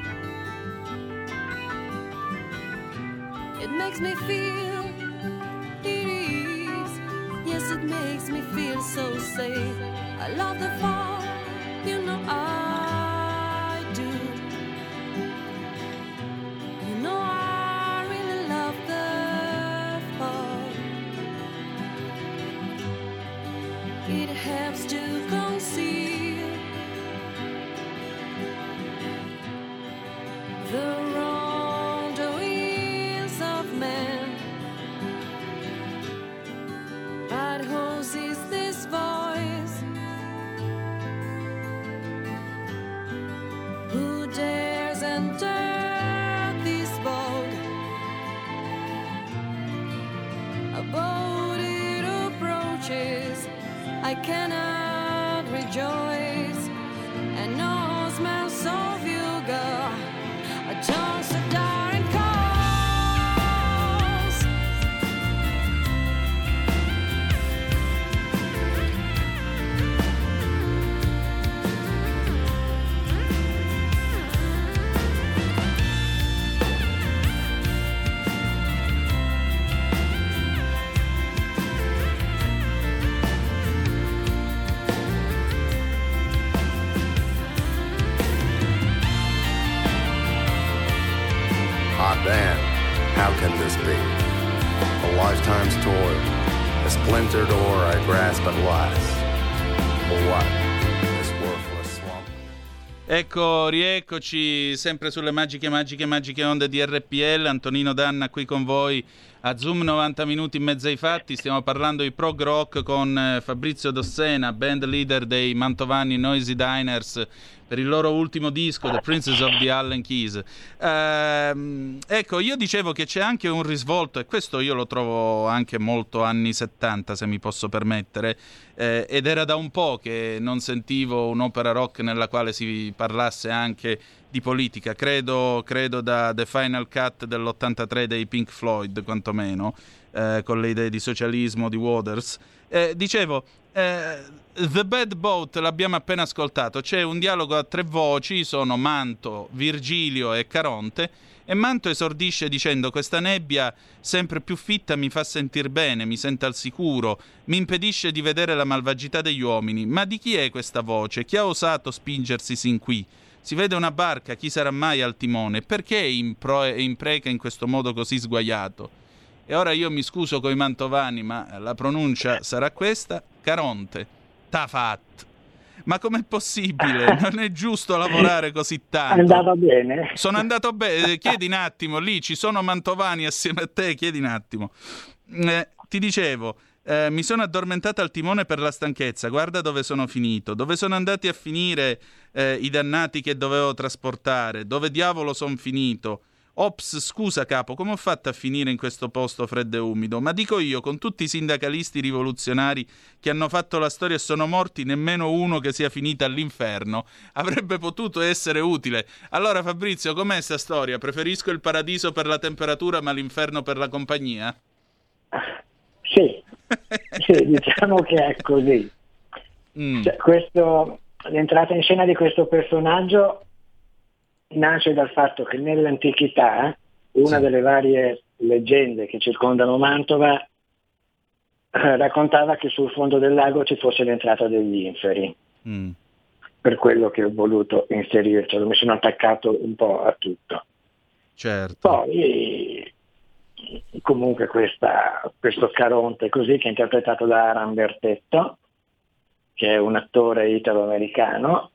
It makes me feel at ease. Yes, it makes me feel so safe. I love the fall, you know I do. You know I really love the fall. It helps to conceal the wrongdoings of men. But whose is this voice? Who dares enter this boat? A boat it approaches, I cannot rejoice, and no smells of you, girl. Just a darn cause. time's toil. A splintered ore I grasp at last. For what? This worthless swamp. Ecco, rieccoci sempre sulle magiche, magiche, magiche onde di R P L. Antonino Danna qui con voi a Zoom novanta minuti in mezzo ai fatti. Stiamo parlando di prog rock con eh, Fabrizio Dossena, band leader dei Mantovani Noisy Diners, per il loro ultimo disco, The Princess of the Allen Keys. Ehm, ecco, io dicevo che c'è anche un risvolto, e questo io lo trovo anche molto anni settanta, se mi posso permettere, eh, ed era da un po' che non sentivo un'opera rock nella quale si parlasse anche di politica, credo, credo da The Final Cut dell'ottantatré dei Pink Floyd, quantomeno, eh, con le idee di socialismo di Waters. Eh, dicevo, eh, The Bad Boat l'abbiamo appena ascoltato, c'è un dialogo a tre voci, sono Manto, Virgilio e Caronte, e Manto esordisce dicendo: questa nebbia sempre più fitta mi fa sentir bene, mi sento al sicuro, mi impedisce di vedere la malvagità degli uomini. Ma di chi è questa voce? Chi ha osato spingersi sin qui? Si vede una barca, chi sarà mai al timone? Perché impro- impreca in questo modo così sguaiato? E ora io mi scuso coi mantovani, ma la pronuncia sarà questa: Caronte, Tafat. Ma com'è possibile? Non è giusto lavorare così tanto. Andava bene. Sono andato bene. Chiedi un attimo, lì ci sono mantovani assieme a te, chiedi un attimo. Eh, ti dicevo, eh, mi sono addormentata al timone per la stanchezza, guarda dove sono finito, dove sono andati a finire eh, i dannati che dovevo trasportare, dove diavolo sono finito. Ops, scusa capo, come ho fatto a finire in questo posto freddo e umido? Ma dico io, con tutti i sindacalisti rivoluzionari che hanno fatto la storia e sono morti, nemmeno uno che sia finita all'inferno avrebbe potuto essere utile. Allora Fabrizio, com'è sta storia? Preferisco il paradiso per la temperatura ma l'inferno per la compagnia? Sì, sì, diciamo che è così. Mm. Cioè, questo, l'entrata in scena di questo personaggio nasce dal fatto che nell'antichità una sì. delle varie leggende che circondano Mantova eh, raccontava che sul fondo del lago ci fosse l'entrata degli inferi. Mm. Per quello che ho voluto inserircelo, mi sono attaccato un po' a tutto. Certo. Poi comunque questa, questo Caronte così, che è interpretato da Aran Bertetto, che è un attore italo-americano,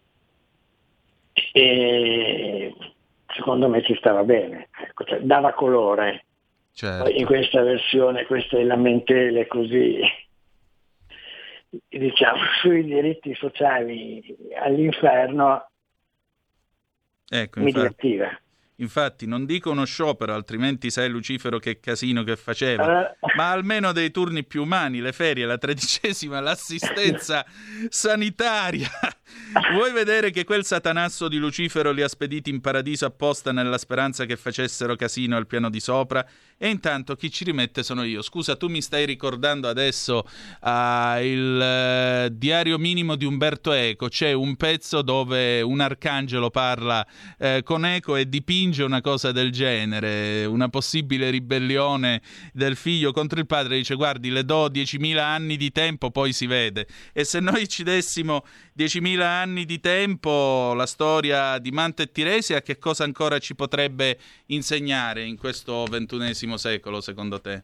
e secondo me ci stava bene, ecco, cioè, dava colore. Certo. Poi in questa versione, queste lamentele così, diciamo, sui diritti sociali all'inferno, ecco, mi infatti. divertiva. Infatti non dico uno sciopero, altrimenti sai Lucifero che casino che faceva, uh. ma almeno dei turni più umani, le ferie, la tredicesima, l'assistenza sanitaria. Vuoi vedere che quel satanasso di Lucifero li ha spediti in paradiso apposta nella speranza che facessero casino al piano di sopra? E intanto chi ci rimette sono io. Scusa, tu mi stai ricordando adesso uh, il uh, diario minimo di Umberto Eco. C'è un pezzo dove un arcangelo parla uh, con Eco e dipinge una cosa del genere, una possibile ribellione del figlio contro il padre. Dice: guardi, le do diecimila anni di tempo, poi si vede. E se noi ci dessimo diecimila anni di tempo, la storia di Manto e Tiresia che cosa ancora ci potrebbe insegnare in questo ventunesimo secolo, secondo te?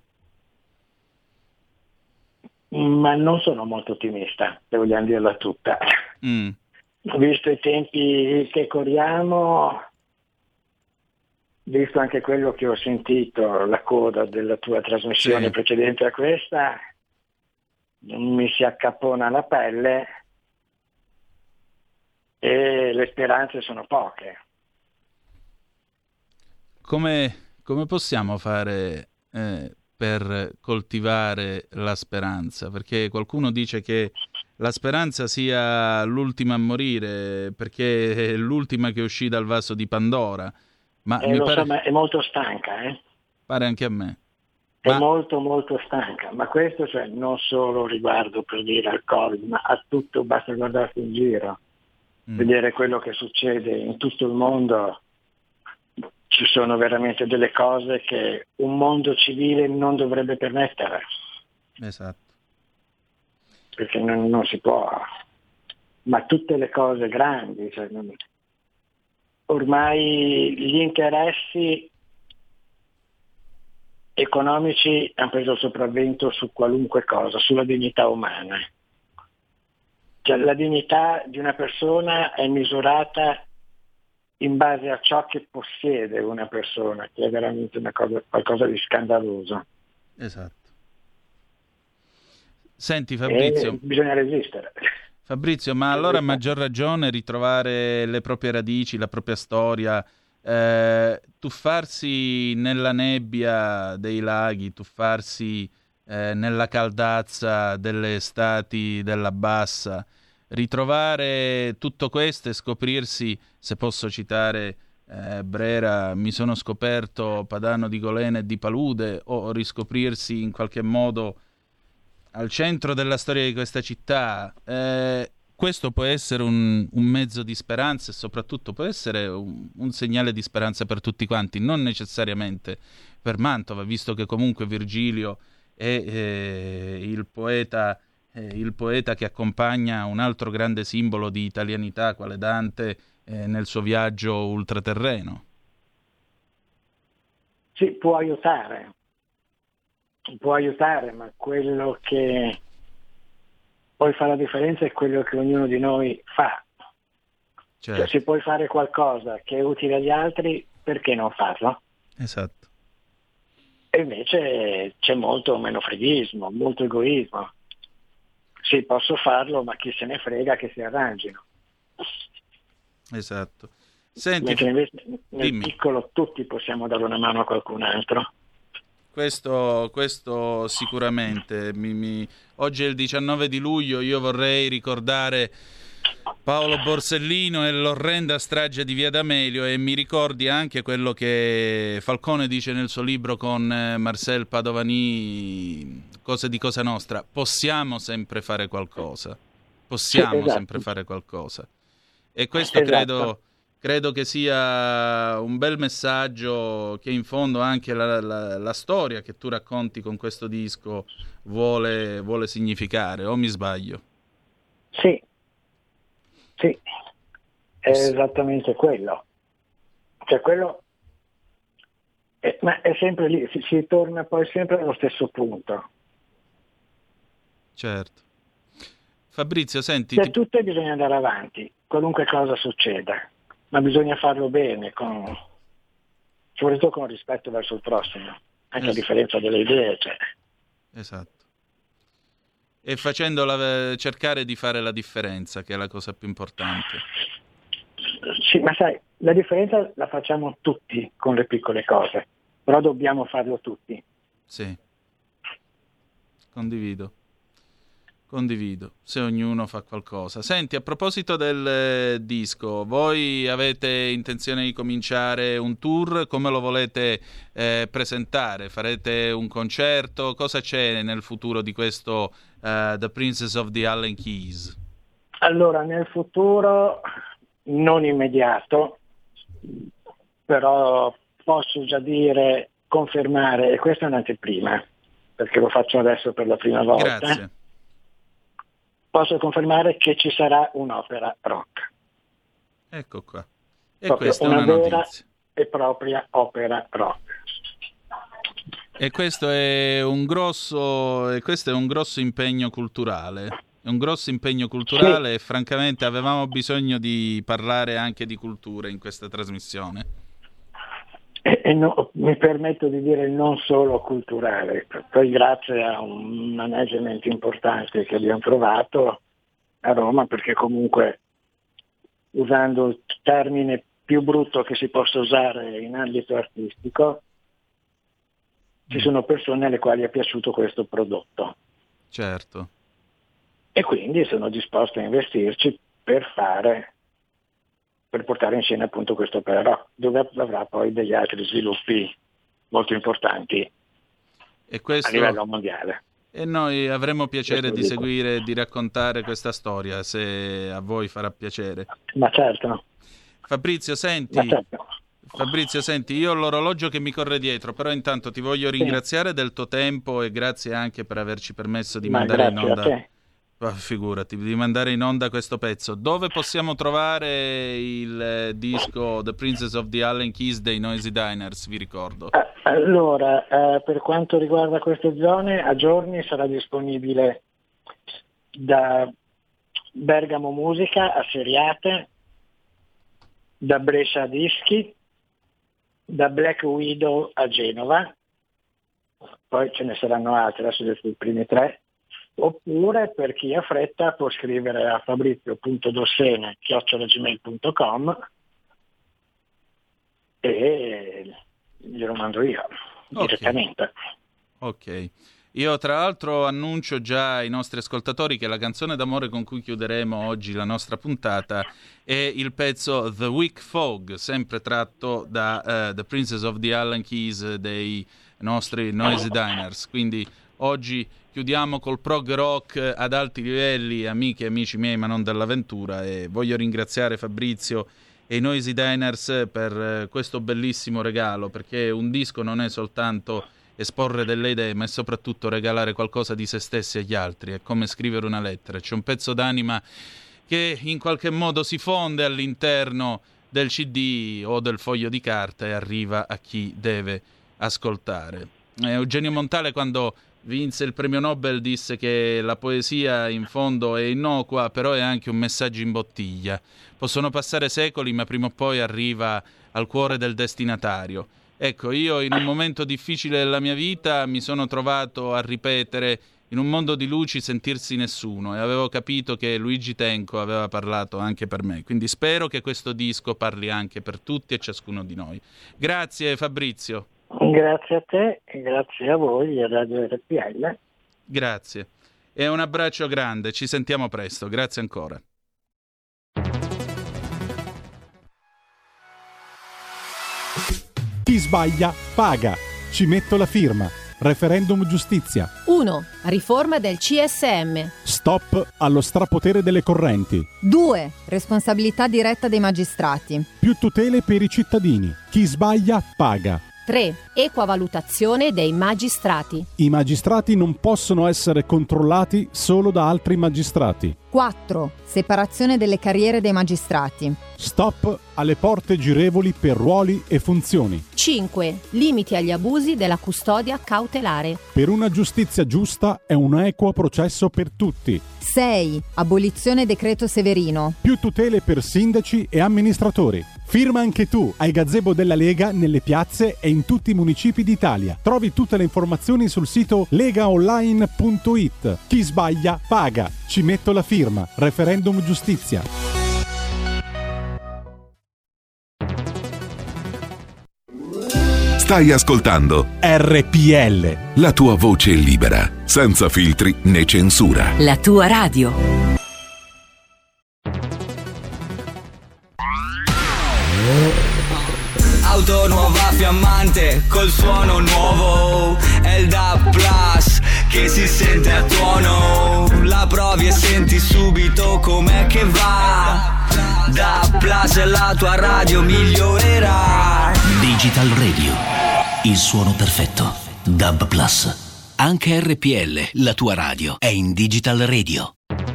Ma non sono molto ottimista, se vogliamo dirla tutta. Mm. Visto i tempi che corriamo, visto anche quello che ho sentito, la coda della tua trasmissione sì. precedente a questa, mi si accapona la pelle e le speranze sono poche. Come, come possiamo fare eh, per coltivare la speranza? Perché qualcuno dice che la speranza sia l'ultima a morire, perché è l'ultima che uscì dal vaso di Pandora. Ma eh, mi lo pare... so, ma è molto stanca, eh? Pare anche a me. È ma... molto molto stanca, ma questo cioè non solo riguardo per dire al Covid, ma a tutto, basta guardarsi in giro, mm. vedere quello che succede in tutto il mondo. Ci sono veramente delle cose che un mondo civile non dovrebbe permettere. Esatto. Perché non, non si può, ma tutte le cose grandi, cioè non... ormai gli interessi economici hanno preso il sopravvento su qualunque cosa, sulla dignità umana. Cioè, la dignità di una persona è misurata in base a ciò che possiede una persona, che è veramente una cosa, qualcosa di scandaloso. Esatto. Senti Fabrizio, e bisogna resistere. Fabrizio, ma allora a maggior ragione ritrovare le proprie radici, la propria storia, eh, tuffarsi nella nebbia dei laghi, tuffarsi eh, nella caldazza delle estati della bassa, ritrovare tutto questo e scoprirsi, se posso citare eh, Brera, mi sono scoperto padano di Golena e di Palude, o riscoprirsi in qualche modo al centro della storia di questa città, eh, questo può essere un, un mezzo di speranza e soprattutto può essere un, un segnale di speranza per tutti quanti, non necessariamente per Mantova, visto che comunque Virgilio è eh, il poeta eh, il poeta che accompagna un altro grande simbolo di italianità quale Dante eh, nel suo viaggio ultraterreno. Sì, può aiutare. può aiutare, ma quello che poi fa la differenza è quello che ognuno di noi fa. Certo. Cioè, se puoi fare qualcosa che è utile agli altri, perché non farlo? Esatto. E invece c'è molto menofreghismo, molto egoismo. Sì, posso farlo, ma chi se ne frega, che si arrangino. Esatto. Senti, mentre invece nel dimmi. piccolo tutti possiamo dare una mano a qualcun altro. Questo, questo sicuramente. Mi, mi... Oggi è il diciannove di luglio, io vorrei ricordare Paolo Borsellino e l'orrenda strage di Via D'Amelio, e mi ricordi anche quello che Falcone dice nel suo libro con Marcel Padovani, Cose di Cosa Nostra: possiamo sempre fare qualcosa, possiamo Sì, esatto. sempre fare qualcosa. E questo Esatto. credo... Credo che sia un bel messaggio che in fondo anche la, la, la storia che tu racconti con questo disco vuole, vuole significare, o mi sbaglio? Sì, sì, è esattamente quello. Cioè quello, è, ma è sempre lì, si, si torna poi sempre allo stesso punto. Certo. Fabrizio, senti... Per ti... tutte bisogna andare avanti, qualunque cosa succeda. Ma bisogna farlo bene, con, soprattutto con rispetto verso il prossimo, anche Es- a differenza delle idee. Cioè. Esatto. E facendo la, cercare di fare la differenza, che è la cosa più importante. Sì, ma sai, la differenza la facciamo tutti con le piccole cose, però dobbiamo farlo tutti. Sì. Condivido. Condivido, se ognuno fa qualcosa. Senti, a proposito del eh, disco, voi avete intenzione di cominciare un tour? Come lo volete eh, presentare? Farete un concerto? Cosa c'è nel futuro di questo uh, The Princess of the Allen Keys? Allora, nel futuro non immediato, però posso già dire, confermare, e questa è un'anteprima, perché lo faccio adesso per la prima volta. Grazie. Posso confermare che ci sarà un'opera rock. Ecco qua. E Proprio questa è una una vera notizia. e propria opera rock. E questo è un grosso, e questo è un grosso impegno culturale. È un grosso impegno culturale, sì. E francamente avevamo bisogno di parlare anche di cultura in questa trasmissione. E, e no, mi permetto di dire non solo culturale, poi grazie a un management importante che abbiamo trovato a Roma, perché comunque, usando il termine più brutto che si possa usare in ambito artistico, ci sono persone alle quali è piaciuto questo prodotto. Certo. E quindi sono disposte a investirci per fare, per portare in scena appunto questo opera rock, dove avrà poi degli altri sviluppi molto importanti e questo... a livello mondiale. E noi avremo piacere Questo di dico. seguire e di raccontare questa storia, se a voi farà piacere. Ma certo. Fabrizio, senti... Ma certo. Fabrizio, senti, io ho l'orologio che mi corre dietro, però intanto ti voglio ringraziare sì. del tuo tempo e grazie anche per averci permesso di Ma mandare in onda... a te. Oh, figurati, di mandare in onda questo pezzo. Dove possiamo trovare il eh, disco The Princess of the Allen Keys dei Noisy Diners, vi ricordo? Eh, Allora, eh, per quanto riguarda queste zone, a giorni sarà disponibile da Bergamo Musica a Seriate, da Brescia a Dischi, da Black Widow a Genova, poi ce ne saranno altre, adesso ho detto i primi tre, oppure per chi ha fretta può scrivere a fabrizio punto dossene chiocciola gmail punto com e glielo mando io direttamente. Ok. Io tra l'altro annuncio già ai nostri ascoltatori che la canzone d'amore con cui chiuderemo oggi la nostra puntata è il pezzo The Weak Fog, sempre tratto da uh, The Princess of the Allen Keys dei nostri Noisy Diners. Quindi oggi chiudiamo col prog rock ad alti livelli, amiche e amici miei, ma non dell'avventura, e voglio ringraziare Fabrizio e i Noisy Diners per uh, questo bellissimo regalo, perché un disco non è soltanto esporre delle idee, ma è soprattutto regalare qualcosa di se stessi agli altri. È come scrivere una lettera, c'è un pezzo d'anima che in qualche modo si fonde all'interno del C D o del foglio di carta e arriva a chi deve ascoltare. Eh, Eugenio Montale, quando vinse il premio Nobel, disse che la poesia in fondo è innocua, però è anche un messaggio in bottiglia. Possono passare secoli, ma prima o poi arriva al cuore del destinatario. Ecco, io in un momento difficile della mia vita mi sono trovato a ripetere in un mondo di luci sentirsi nessuno, e avevo capito che Luigi Tenco aveva parlato anche per me, quindi spero che questo disco parli anche per tutti e ciascuno di noi. Grazie Fabrizio. Grazie a te e grazie a voi a Radio R P L. Grazie e un abbraccio grande, ci sentiamo presto, grazie ancora. Chi sbaglia paga. Ci metto la firma. Referendum giustizia. uno. Riforma del C S M. Stop allo strapotere delle correnti. due. Responsabilità diretta dei magistrati. Più tutele per i cittadini. Chi sbaglia paga. tre. Equa valutazione dei magistrati. I magistrati non possono essere controllati solo da altri magistrati. quattro. Separazione delle carriere dei magistrati. Stop alle porte girevoli per ruoli e funzioni. cinque. Limiti agli abusi della custodia cautelare. Per una giustizia giusta e un equo processo per tutti. sei. Abolizione decreto Severino. Più tutele per sindaci e amministratori. Firma anche tu ai gazebo della Lega nelle piazze e in tutti i municipi d'Italia. Trovi tutte le informazioni sul sito legaonline punto it. Chi sbaglia paga. Ci metto la firma. Referendum giustizia. Stai ascoltando R P L. La tua voce libera, senza filtri né censura. La tua radio. Auto nuova fiammante col suono nuovo, è il D A B Plus che si sente a tuono. La provi e senti subito com'è che va. D A B Plus, la tua radio migliorerà. Digital Radio, il suono perfetto. D A B Plus. Anche R P L, la tua radio, è in Digital Radio.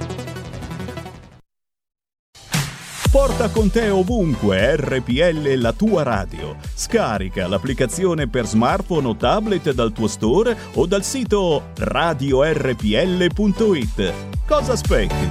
Porta con te ovunque R P L, la tua radio. Scarica l'applicazione per smartphone o tablet dal tuo store o dal sito radio r p l punto it. Cosa aspetti?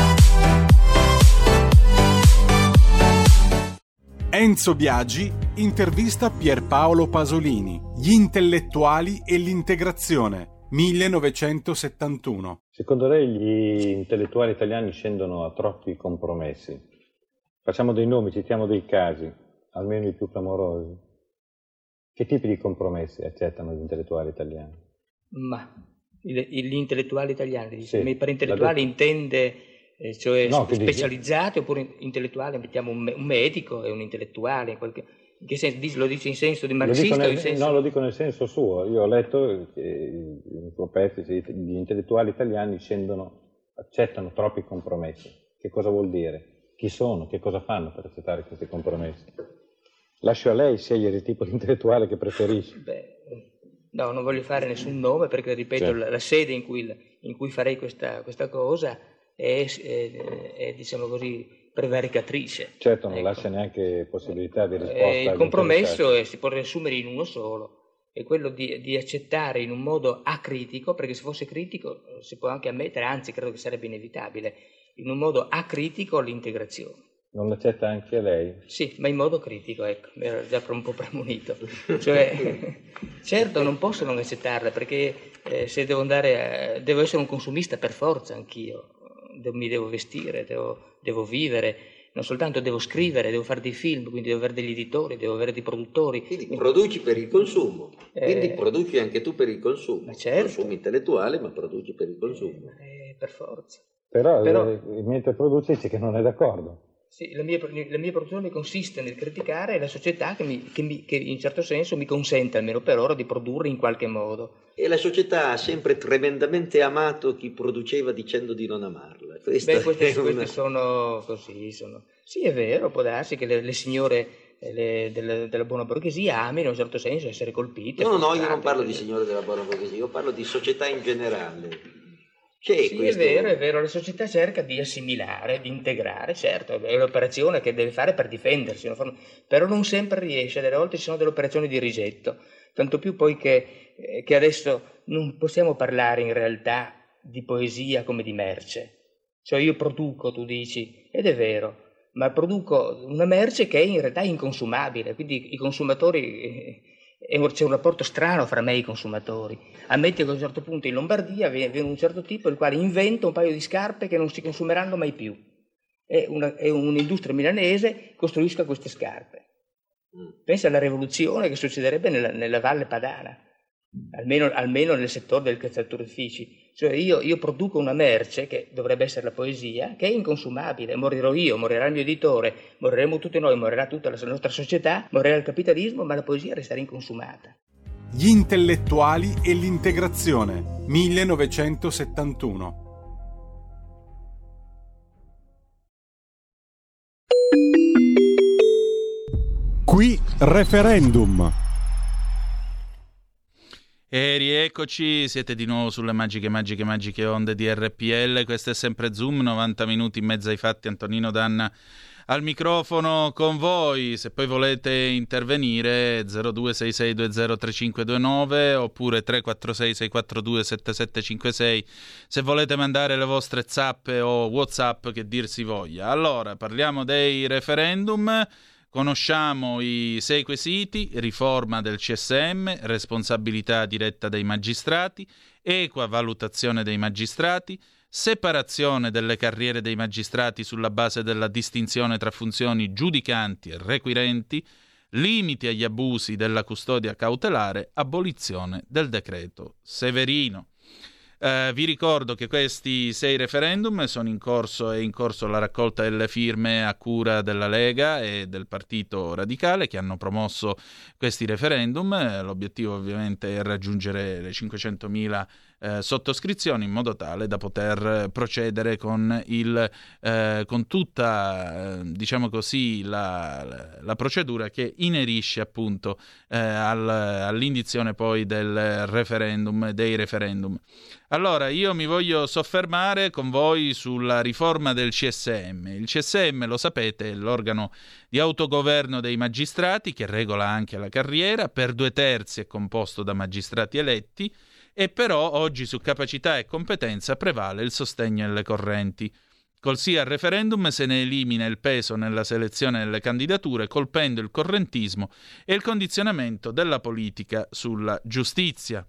Enzo Biagi intervista Pierpaolo Pasolini. Gli intellettuali e l'integrazione. millenovecentosettantuno. Secondo lei gli intellettuali italiani scendono a troppi compromessi? Facciamo dei nomi, citiamo dei casi, almeno i più clamorosi. Che tipi di compromessi accettano gli intellettuali italiani? Ma gli intellettuali italiani, sì, per intellettuali intende eh, cioè no, specializzati, oppure intellettuali, mettiamo un, un medico e un intellettuale, in qualche... in che senso, lo dice in senso di marxista? Lo dico nel, o in senso... No, lo dico nel senso suo. Io ho letto che in suo pezzo gli intellettuali italiani scendono, accettano troppi compromessi. Che cosa vuol dire? Chi sono? Che cosa fanno per accettare questi compromessi? Lascio a lei scegliere il tipo di intellettuale che preferisce. Beh, no, non voglio fare nessun nome perché, ripeto, certo. la, la sede in cui, in cui farei questa, questa cosa è, è, è, diciamo così, prevaricatrice. Certo, non ecco. lascia neanche possibilità di risposta. Eh, il compromesso è, si può riassumere in uno solo, è quello di, di accettare in un modo acritico, perché se fosse critico si può anche ammettere, anzi credo che sarebbe inevitabile, in un modo acritico l'integrazione. Non l'accetta anche lei? Sì, ma in modo critico, ecco, mi ero già un po' premunito. Cioè, certo non posso non accettarla, perché eh, se devo andare, a, devo essere un consumista per forza anch'io, De- mi devo vestire, devo, devo vivere, non soltanto devo scrivere, devo fare dei film, quindi devo avere degli editori, devo avere dei produttori. Quindi produci per il consumo, eh, quindi produci anche tu per il consumo, certo. Consumo intellettuale ma produci per il consumo. Eh, per forza. Però, Però eh, mentre produce dice che non è d'accordo. Sì, la mia, la mia produzione consiste nel criticare la società che, mi, che, mi, che in certo senso mi consente, almeno per ora, di produrre in qualche modo. E la società ha sempre tremendamente amato chi produceva dicendo di non amarla. Questa Beh, queste, è una... queste sono così, sono... Sì, è vero, può darsi che le, le signore le, della, della buona borghesia amino in un certo senso essere colpite. No, no, io non parlo di signore della buona borghesia, io parlo di società in generale. C'è sì, questo... è vero, è vero, la società cerca di assimilare, di integrare, certo, è un'operazione che deve fare per difendersi, però non sempre riesce, delle volte ci sono delle operazioni di rigetto, tanto più poi che, eh, che adesso non possiamo parlare in realtà di poesia come di merce, cioè io produco, tu dici, ed è vero, ma produco una merce che è in realtà inconsumabile, quindi i consumatori... Eh, c'è un rapporto strano fra me e i consumatori. Ammetti che a un certo punto in Lombardia viene un certo tipo il quale inventa un paio di scarpe che non si consumeranno mai più. E una, è un'industria milanese che costruisca queste scarpe. Pensa alla rivoluzione che succederebbe nella, nella Valle Padana, almeno, almeno nel settore del calzaturifici. Cioè io, io produco una merce che dovrebbe essere la poesia, che è inconsumabile. Morirò io, morirà il mio editore, moriremo tutti noi, morirà tutta la nostra società, morirà il capitalismo, ma la poesia resterà inconsumata. Gli intellettuali e l'integrazione, millenovecentosettantuno. Qui referendum. E rieccoci, siete di nuovo sulle magiche, magiche, magiche onde di R P L. Questo è sempre Zoom, novanta minuti in mezzo ai fatti. Antonino Danna al microfono con voi. Se poi volete intervenire, zero due sei sei due zero tre cinque due nove oppure tre quattro sei sei quattro due sette sette cinque sei se volete mandare le vostre zappe o WhatsApp, che dir si voglia. Allora, parliamo dei referendum. Conosciamo i sei quesiti: riforma del C S M, responsabilità diretta dei magistrati, equa valutazione dei magistrati, separazione delle carriere dei magistrati sulla base della distinzione tra funzioni giudicanti e requirenti, limiti agli abusi della custodia cautelare, abolizione del decreto Severino. Uh, vi ricordo che questi sei referendum sono in corso, è in corso la raccolta delle firme a cura della Lega e del Partito Radicale, che hanno promosso questi referendum. L'obiettivo ovviamente è raggiungere le cinquecentomila eh, sottoscrizioni, in modo tale da poter procedere con, il, eh, con tutta, eh, diciamo così, la, la, la procedura che inerisce appunto eh, al, all'indizione poi del referendum, dei referendum. Allora, io mi voglio soffermare con voi sulla riforma del C S M. Il C S M, lo sapete, è l'organo di autogoverno dei magistrati che regola anche la carriera, per due terzi è composto da magistrati eletti, e però oggi su capacità e competenza prevale il sostegno alle correnti. Col sì al referendum se ne elimina il peso nella selezione delle candidature, colpendo il correntismo e il condizionamento della politica sulla giustizia.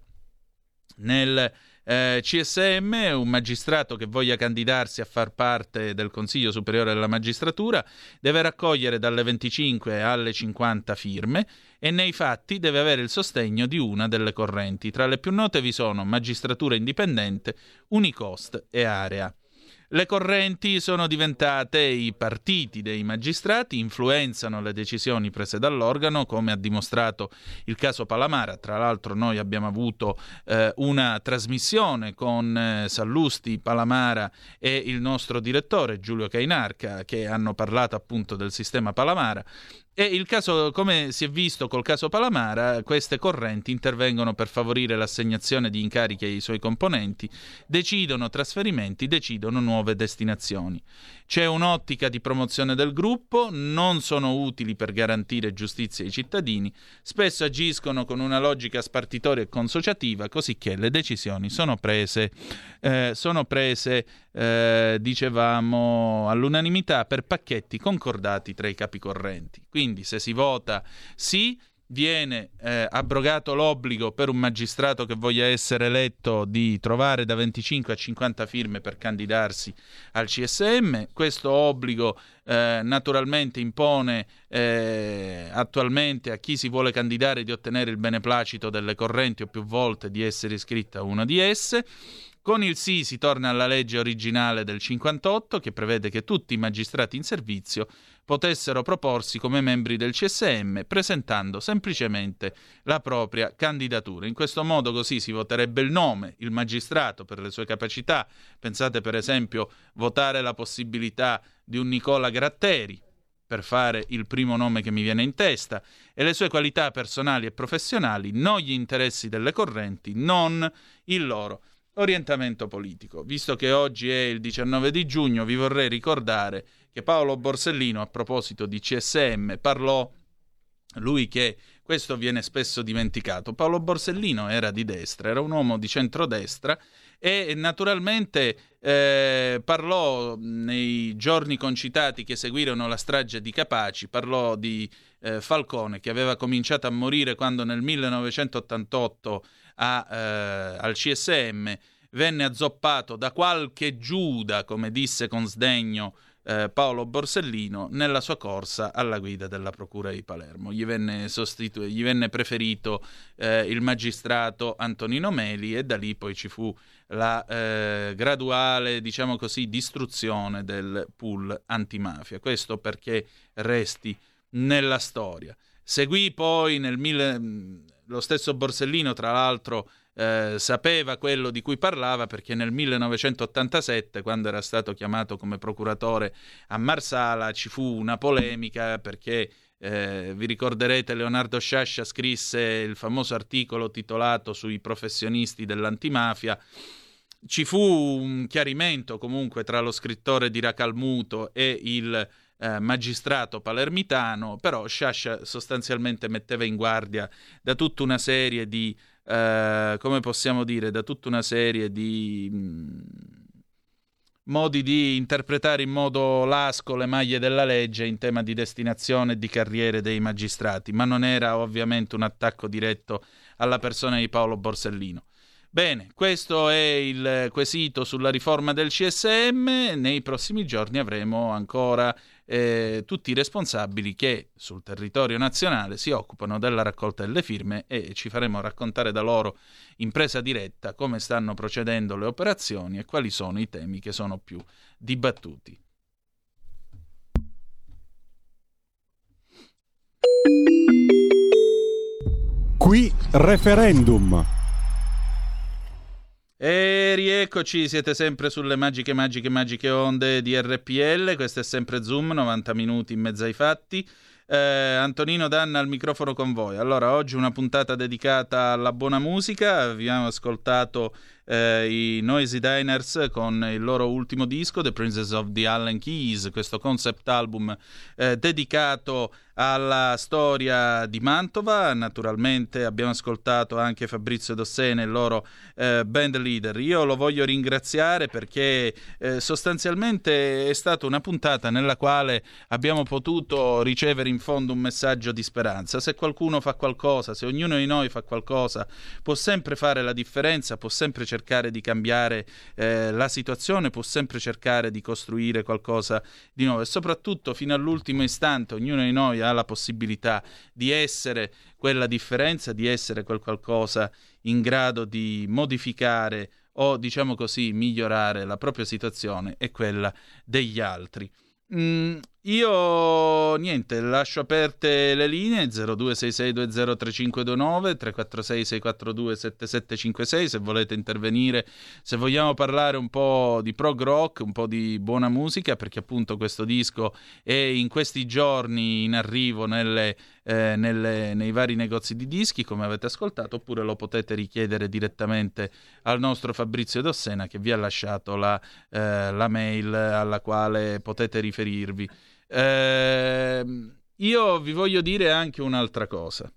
Nel eh, C S M un magistrato che voglia candidarsi a far parte del Consiglio Superiore della Magistratura deve raccogliere dalle venticinque alle cinquanta firme e nei fatti deve avere il sostegno di una delle correnti. Tra le più note vi sono Magistratura Indipendente, Unicost e Area. Le correnti sono diventate i partiti dei magistrati, influenzano le decisioni prese dall'organo, come ha dimostrato il caso Palamara. Tra l'altro noi abbiamo avuto eh, una trasmissione con eh, Sallusti, Palamara e il nostro direttore Giulio Cainarca, che hanno parlato appunto del sistema Palamara, E il caso, come si è visto col caso Palamara, queste correnti intervengono per favorire l'assegnazione di incarichi ai suoi componenti, decidono trasferimenti, decidono nuove destinazioni. C'è un'ottica di promozione del gruppo, non sono utili per garantire giustizia ai cittadini, spesso agiscono con una logica spartitoria e consociativa, così che le decisioni sono prese, eh, sono prese eh, dicevamo, all'unanimità per pacchetti concordati tra i capi correnti. Quindi se si vota sì, viene eh, abrogato l'obbligo per un magistrato che voglia essere eletto di trovare da venticinque a cinquanta firme per candidarsi al C S M. Questo obbligo eh, naturalmente impone eh, attualmente a chi si vuole candidare di ottenere il beneplacito delle correnti o più volte di essere iscritta a una di esse. Con il sì si torna alla legge originale del cinquantotto, che prevede che tutti i magistrati in servizio potessero proporsi come membri del C S M presentando semplicemente la propria candidatura. In questo modo così si voterebbe il nome, il magistrato per le sue capacità. Pensate per esempio votare la possibilità di un Nicola Gratteri, per fare il primo nome che mi viene in testa, e le sue qualità personali e professionali, non gli interessi delle correnti, non il loro orientamento politico. Visto che oggi è il diciannove di giugno, vi vorrei ricordare che Paolo Borsellino, a proposito di C S M, parlò, lui che questo viene spesso dimenticato, Paolo Borsellino era di destra, era un uomo di centrodestra e naturalmente eh, parlò nei giorni concitati che seguirono la strage di Capaci, parlò di eh, Falcone che aveva cominciato a morire quando nel millenovecentottantotto A, eh, al C S M venne azzoppato da qualche Giuda, come disse con sdegno eh, Paolo Borsellino, nella sua corsa alla guida della Procura di Palermo. Gli venne, sostitu- gli venne preferito eh, il magistrato Antonino Meli e da lì poi ci fu la eh, graduale, diciamo così, distruzione del pool antimafia. Questo perché resti nella storia. Seguì poi nel mille... Lo stesso Borsellino, tra l'altro, eh, sapeva quello di cui parlava perché nel millenovecentottantasette, quando era stato chiamato come procuratore a Marsala, ci fu una polemica perché, eh, vi ricorderete, Leonardo Sciascia scrisse il famoso articolo titolato sui professionisti dell'antimafia. Ci fu un chiarimento comunque tra lo scrittore di Racalmuto e il Eh, magistrato palermitano, però Sciascia sostanzialmente metteva in guardia da tutta una serie di eh, come possiamo dire, da tutta una serie di mh, modi di interpretare in modo lasco le maglie della legge in tema di destinazione e di carriere dei magistrati, ma non era ovviamente un attacco diretto alla persona di Paolo Borsellino. Bene, questo è il quesito sulla riforma del C S M. Nei prossimi giorni avremo ancora eh, tutti i responsabili che sul territorio nazionale si occupano della raccolta delle firme e ci faremo raccontare da loro in presa diretta come stanno procedendo le operazioni e quali sono i temi che sono più dibattuti. Qui referendum. E rieccoci, siete sempre sulle magiche, magiche, magiche onde di R P L, questo è sempre Zoom, novanta minuti in mezzo ai fatti. Eh, Antonino Danna al microfono con voi. Allora, oggi una puntata dedicata alla buona musica, abbiamo ascoltato eh, i Noisy Diners con il loro ultimo disco, The Princess of the Allen Keys, questo concept album eh, dedicato alla storia di Mantova. Naturalmente abbiamo ascoltato anche Fabrizio Dossena, il loro eh, band leader. Io lo voglio ringraziare perché eh, sostanzialmente è stata una puntata nella quale abbiamo potuto ricevere in fondo un messaggio di speranza. Se qualcuno fa qualcosa, se ognuno di noi fa qualcosa, può sempre fare la differenza, può sempre cercare di cambiare eh, la situazione, può sempre cercare di costruire qualcosa di nuovo e soprattutto fino all'ultimo istante ognuno di noi ha la possibilità di essere quella differenza, di essere quel qualcosa in grado di modificare o, diciamo così, migliorare la propria situazione e quella degli altri. Mm, io niente, lascio aperte le linee zero due sei sei due zero tre cinque due nove, tre quattro sei sei quattro due sette sette cinque sei se volete intervenire, se vogliamo parlare un po' di prog rock, un po' di buona musica, perché appunto questo disco è in questi giorni in arrivo nelle, eh, nelle, nei vari negozi di dischi, come avete ascoltato, oppure lo potete richiedere direttamente al nostro Fabrizio Dossena, che vi ha lasciato la, eh, la mail alla quale potete riferirvi. Eh, io vi voglio dire anche un'altra cosa.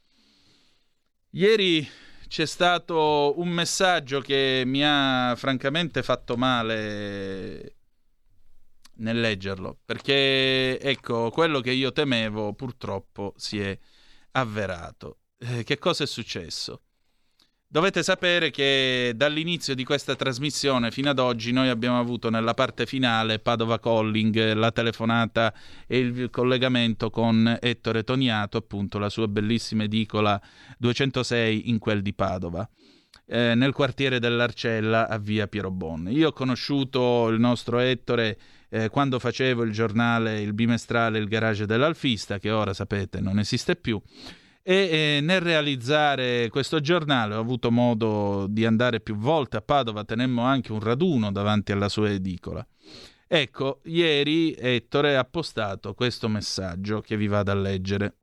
Ieri c'è stato un messaggio che mi ha francamente fatto male nel leggerlo, perché ecco, quello che io temevo purtroppo si è avverato. Eh, che cosa è successo? Dovete sapere che dall'inizio di questa trasmissione fino ad oggi noi abbiamo avuto nella parte finale Padova Calling, la telefonata e il collegamento con Ettore Toniato, appunto la sua bellissima edicola duecentosei in quel di Padova, eh, nel quartiere dell'Arcella a via Piero Bon. Io ho conosciuto il nostro Ettore eh, quando facevo il giornale, il bimestrale Il Garage dell'Alfista, che ora sapete non esiste più. E eh, nel realizzare questo giornale ho avuto modo di andare più volte a Padova, tenemmo anche un raduno davanti alla sua edicola. Ecco, ieri Ettore ha postato questo messaggio che vi vado a leggere.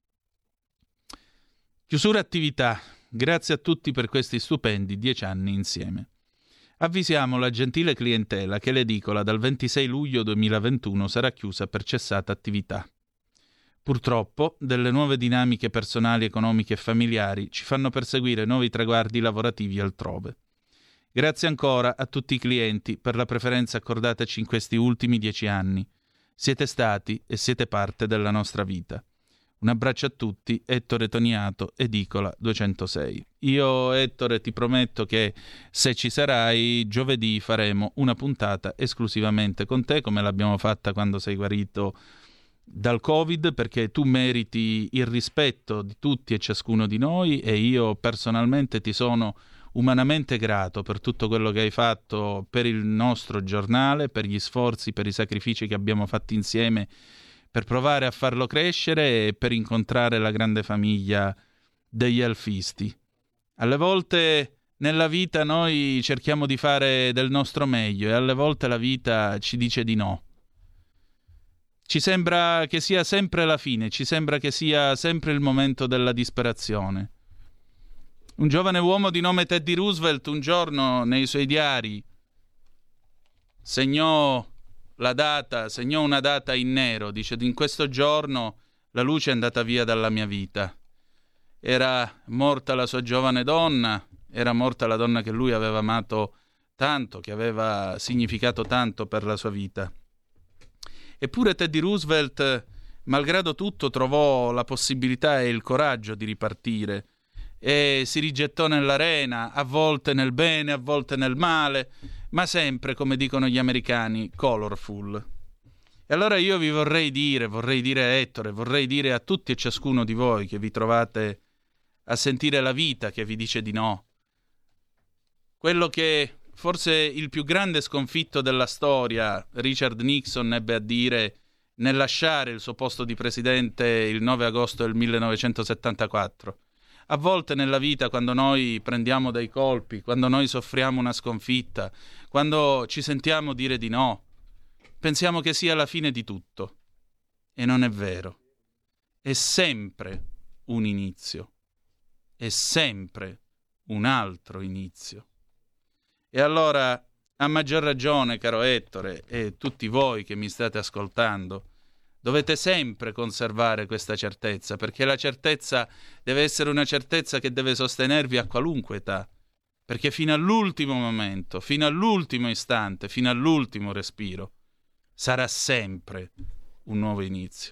Chiusura attività, grazie a tutti per questi stupendi dieci anni insieme. Avvisiamo la gentile clientela che l'edicola dal ventisei luglio duemilaventuno sarà chiusa per cessata attività. Purtroppo, delle nuove dinamiche personali, economiche e familiari ci fanno perseguire nuovi traguardi lavorativi altrove. Grazie ancora a tutti i clienti per la preferenza accordateci in questi ultimi dieci anni. Siete stati e siete parte della nostra vita. Un abbraccio a tutti, Ettore Toniato, edicola duecentosei. Io, Ettore, ti prometto che se ci sarai, giovedì faremo una puntata esclusivamente con te, come l'abbiamo fatta quando sei guarito dal Covid, perché tu meriti il rispetto di tutti e ciascuno di noi e io personalmente ti sono umanamente grato per tutto quello che hai fatto per il nostro giornale, per gli sforzi, per i sacrifici che abbiamo fatto insieme per provare a farlo crescere e per incontrare la grande famiglia degli alfisti. Alle volte nella vita noi cerchiamo di fare del nostro meglio e alle volte la vita ci dice di no. Ci sembra che sia sempre la fine, ci sembra che sia sempre il momento della disperazione. Un giovane uomo di nome Teddy Roosevelt un giorno nei suoi diari segnò la data, segnò una data in nero, dice: in questo giorno la luce è andata via dalla mia vita. Era morta la sua giovane donna, era morta la donna che lui aveva amato tanto, che aveva significato tanto per la sua vita. Eppure Teddy Roosevelt, malgrado tutto, trovò la possibilità e il coraggio di ripartire e si rigettò nell'arena, a volte nel bene, a volte nel male, ma sempre, come dicono gli americani, colorful. E allora io vi vorrei dire, vorrei dire a Ettore, vorrei dire a tutti e ciascuno di voi che vi trovate a sentire la vita che vi dice di no, quello che forse il più grande sconfitto della storia Richard Nixon ebbe a dire nel lasciare il suo posto di presidente il nove agosto del millenovecentosettantaquattro. A volte nella vita, quando noi prendiamo dei colpi, quando noi soffriamo una sconfitta, quando ci sentiamo dire di no, pensiamo che sia la fine di tutto. E non è vero. È sempre un inizio. È sempre un altro inizio. E allora, a maggior ragione, caro Ettore, e tutti voi che mi state ascoltando, dovete sempre conservare questa certezza, perché la certezza deve essere una certezza che deve sostenervi a qualunque età, perché fino all'ultimo momento, fino all'ultimo istante, fino all'ultimo respiro, sarà sempre un nuovo inizio.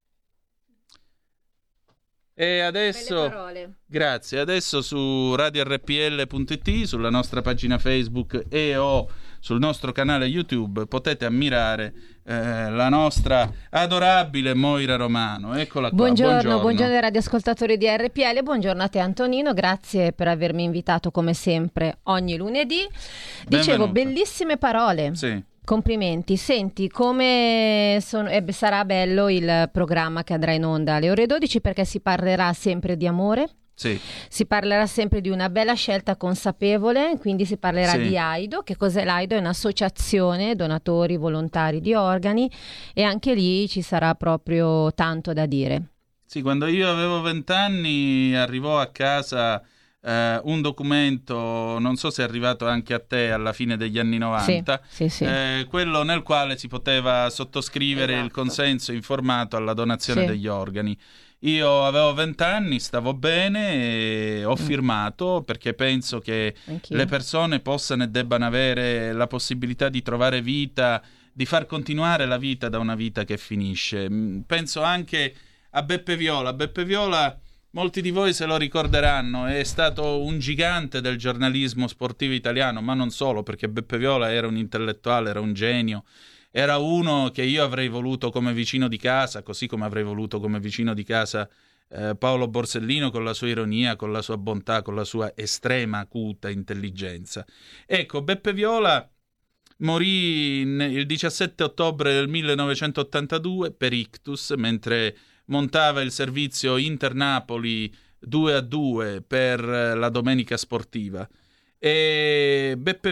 E adesso, grazie, adesso su radio erre pi elle punto it, sulla nostra pagina Facebook e o sul nostro canale YouTube potete ammirare eh, la nostra adorabile Moira Romano. Eccola qua. Buongiorno, buongiorno, buongiorno ai radioascoltatori di erre pi elle, buongiorno a te Antonino, grazie per avermi invitato come sempre ogni lunedì. Dicevo, Benvenuta. bellissime parole. Sì. Complimenti. Senti, come sono, eh, sarà bello il programma che andrà in onda alle ore dodici, perché si parlerà sempre di amore. Sì. Si parlerà sempre di una bella scelta consapevole, quindi si parlerà Sì. di AIDO. Che cos'è l'AIDO? È un'associazione donatori volontari di organi, e anche lì ci sarà proprio tanto da dire. Sì, quando io avevo vent'anni arrivò a casa eh, un documento, non so se è arrivato anche a te alla fine degli anni novanta, Sì, sì, sì. Eh, quello nel quale si poteva sottoscrivere Esatto. il consenso informato alla donazione Sì. degli organi. Io avevo vent'anni, stavo bene e ho Mm. firmato perché penso che Anch'io. le persone possano e debbano avere la possibilità di trovare vita, di far continuare la vita da una vita che finisce. Mm, Penso anche a Beppe Viola. Beppe Viola, molti di voi se lo ricorderanno, è stato un gigante del giornalismo sportivo italiano, ma non solo, perché Beppe Viola era un intellettuale, era un genio. Era uno che io avrei voluto come vicino di casa, così come avrei voluto come vicino di casa eh, Paolo Borsellino, con la sua ironia, con la sua bontà, con la sua estrema acuta intelligenza. Ecco, Beppe Viola morì in- il diciassette ottobre del millenovecentottantadue per ictus, mentre montava il servizio Inter-Napoli due a due per eh, la domenica sportiva. E Beppe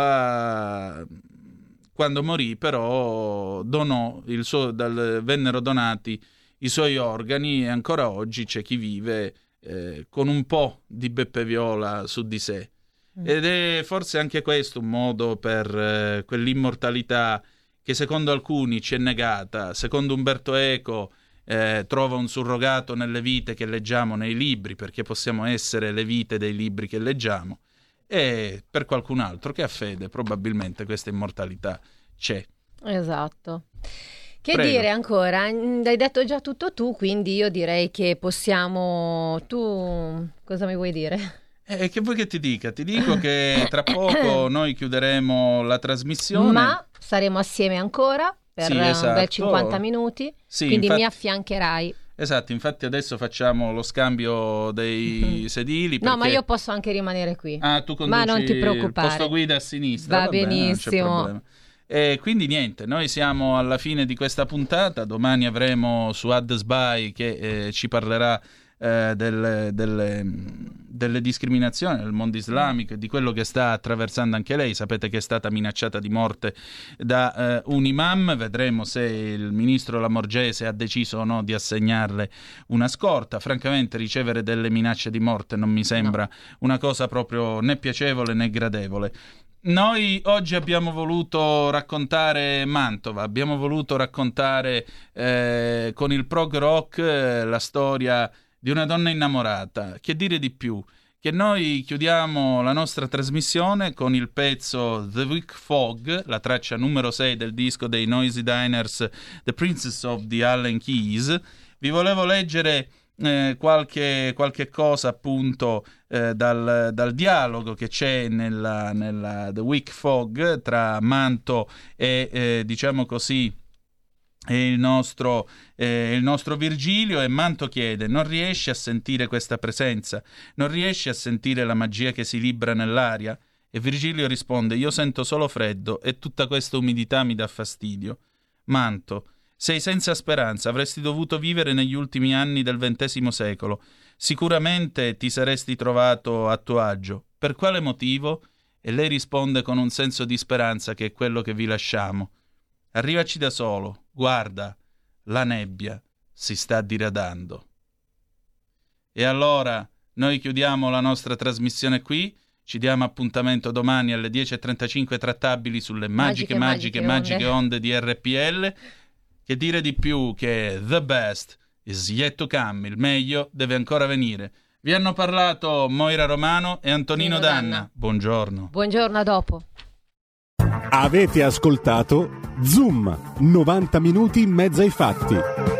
Viola, quando morì, però donò il suo, dal, vennero donati i suoi organi, e ancora oggi c'è chi vive eh, con un po' di Beppe Viola su di sé. Ed è forse anche questo un modo per eh, quell'immortalità che secondo alcuni ci è negata. Secondo Umberto Eco eh, trova un surrogato nelle vite che leggiamo nei libri, perché possiamo essere le vite dei libri che leggiamo. E per qualcun altro che ha fede, probabilmente questa immortalità c'è. Esatto. Che Prego. dire ancora? Mm, Hai detto già tutto tu, quindi io direi che possiamo... Tu cosa mi vuoi dire? E che vuoi che ti dica? Ti dico che tra poco noi chiuderemo la trasmissione. Ma saremo assieme ancora per Sì, un bel esatto. cinquanta minuti, Sì, quindi infatti- mi affiancherai. Esatto, infatti adesso facciamo lo scambio dei sedili. No, ma perché- io posso anche rimanere qui. Ah, tu conduci Ma non ti preoccupare. il posto guida a sinistra. Va bene, non c'è benissimo. problema. E quindi niente, noi siamo alla fine di questa puntata. Domani avremo Suad Sbai che eh, ci parlerà eh, delle, delle, delle discriminazioni nel mondo islamico e di quello che sta attraversando anche lei. Sapete che è stata minacciata di morte da eh, un imam. Vedremo se il ministro Lamorgese ha deciso o no di assegnarle una scorta. Francamente ricevere delle minacce di morte non mi sembra una cosa proprio né piacevole né gradevole. Noi oggi abbiamo voluto raccontare Mantova, abbiamo voluto raccontare eh, con il prog rock eh, la storia di una donna innamorata. Che dire di più? Che noi chiudiamo la nostra trasmissione con il pezzo The Wick Fog, la traccia numero sei del disco dei Noisy Diners, The Princess of the Allen Keys. Vi volevo leggere eh, qualche, qualche cosa appunto eh, dal, dal dialogo che c'è nella, nella The Wick Fog tra Manto e eh, diciamo così e il nostro, eh, il nostro Virgilio. E Manto chiede: non riesci a sentire questa presenza? Non riesci a sentire la magia che si libra nell'aria? E Virgilio risponde: io sento solo freddo e tutta questa umidità mi dà fastidio. Manto: sei senza speranza, avresti dovuto vivere negli ultimi anni del ventesimo secolo. Sicuramente ti saresti trovato a tuo agio. Per quale motivo? E lei risponde con un senso di speranza che è quello che vi lasciamo. Arrivaci da solo, guarda, la nebbia si sta diradando. E allora noi chiudiamo la nostra trasmissione qui, ci diamo appuntamento domani alle dieci e trentacinque trattabili sulle magiche, magiche, magiche, magiche onde di R P L. Che dire di più che the best is yet to come, il meglio deve ancora venire. Vi hanno parlato Moira Romano e Antonino Danna. Danna. Buongiorno. Buongiorno, a dopo. Avete ascoltato Zoom, novanta minuti in mezzo ai fatti.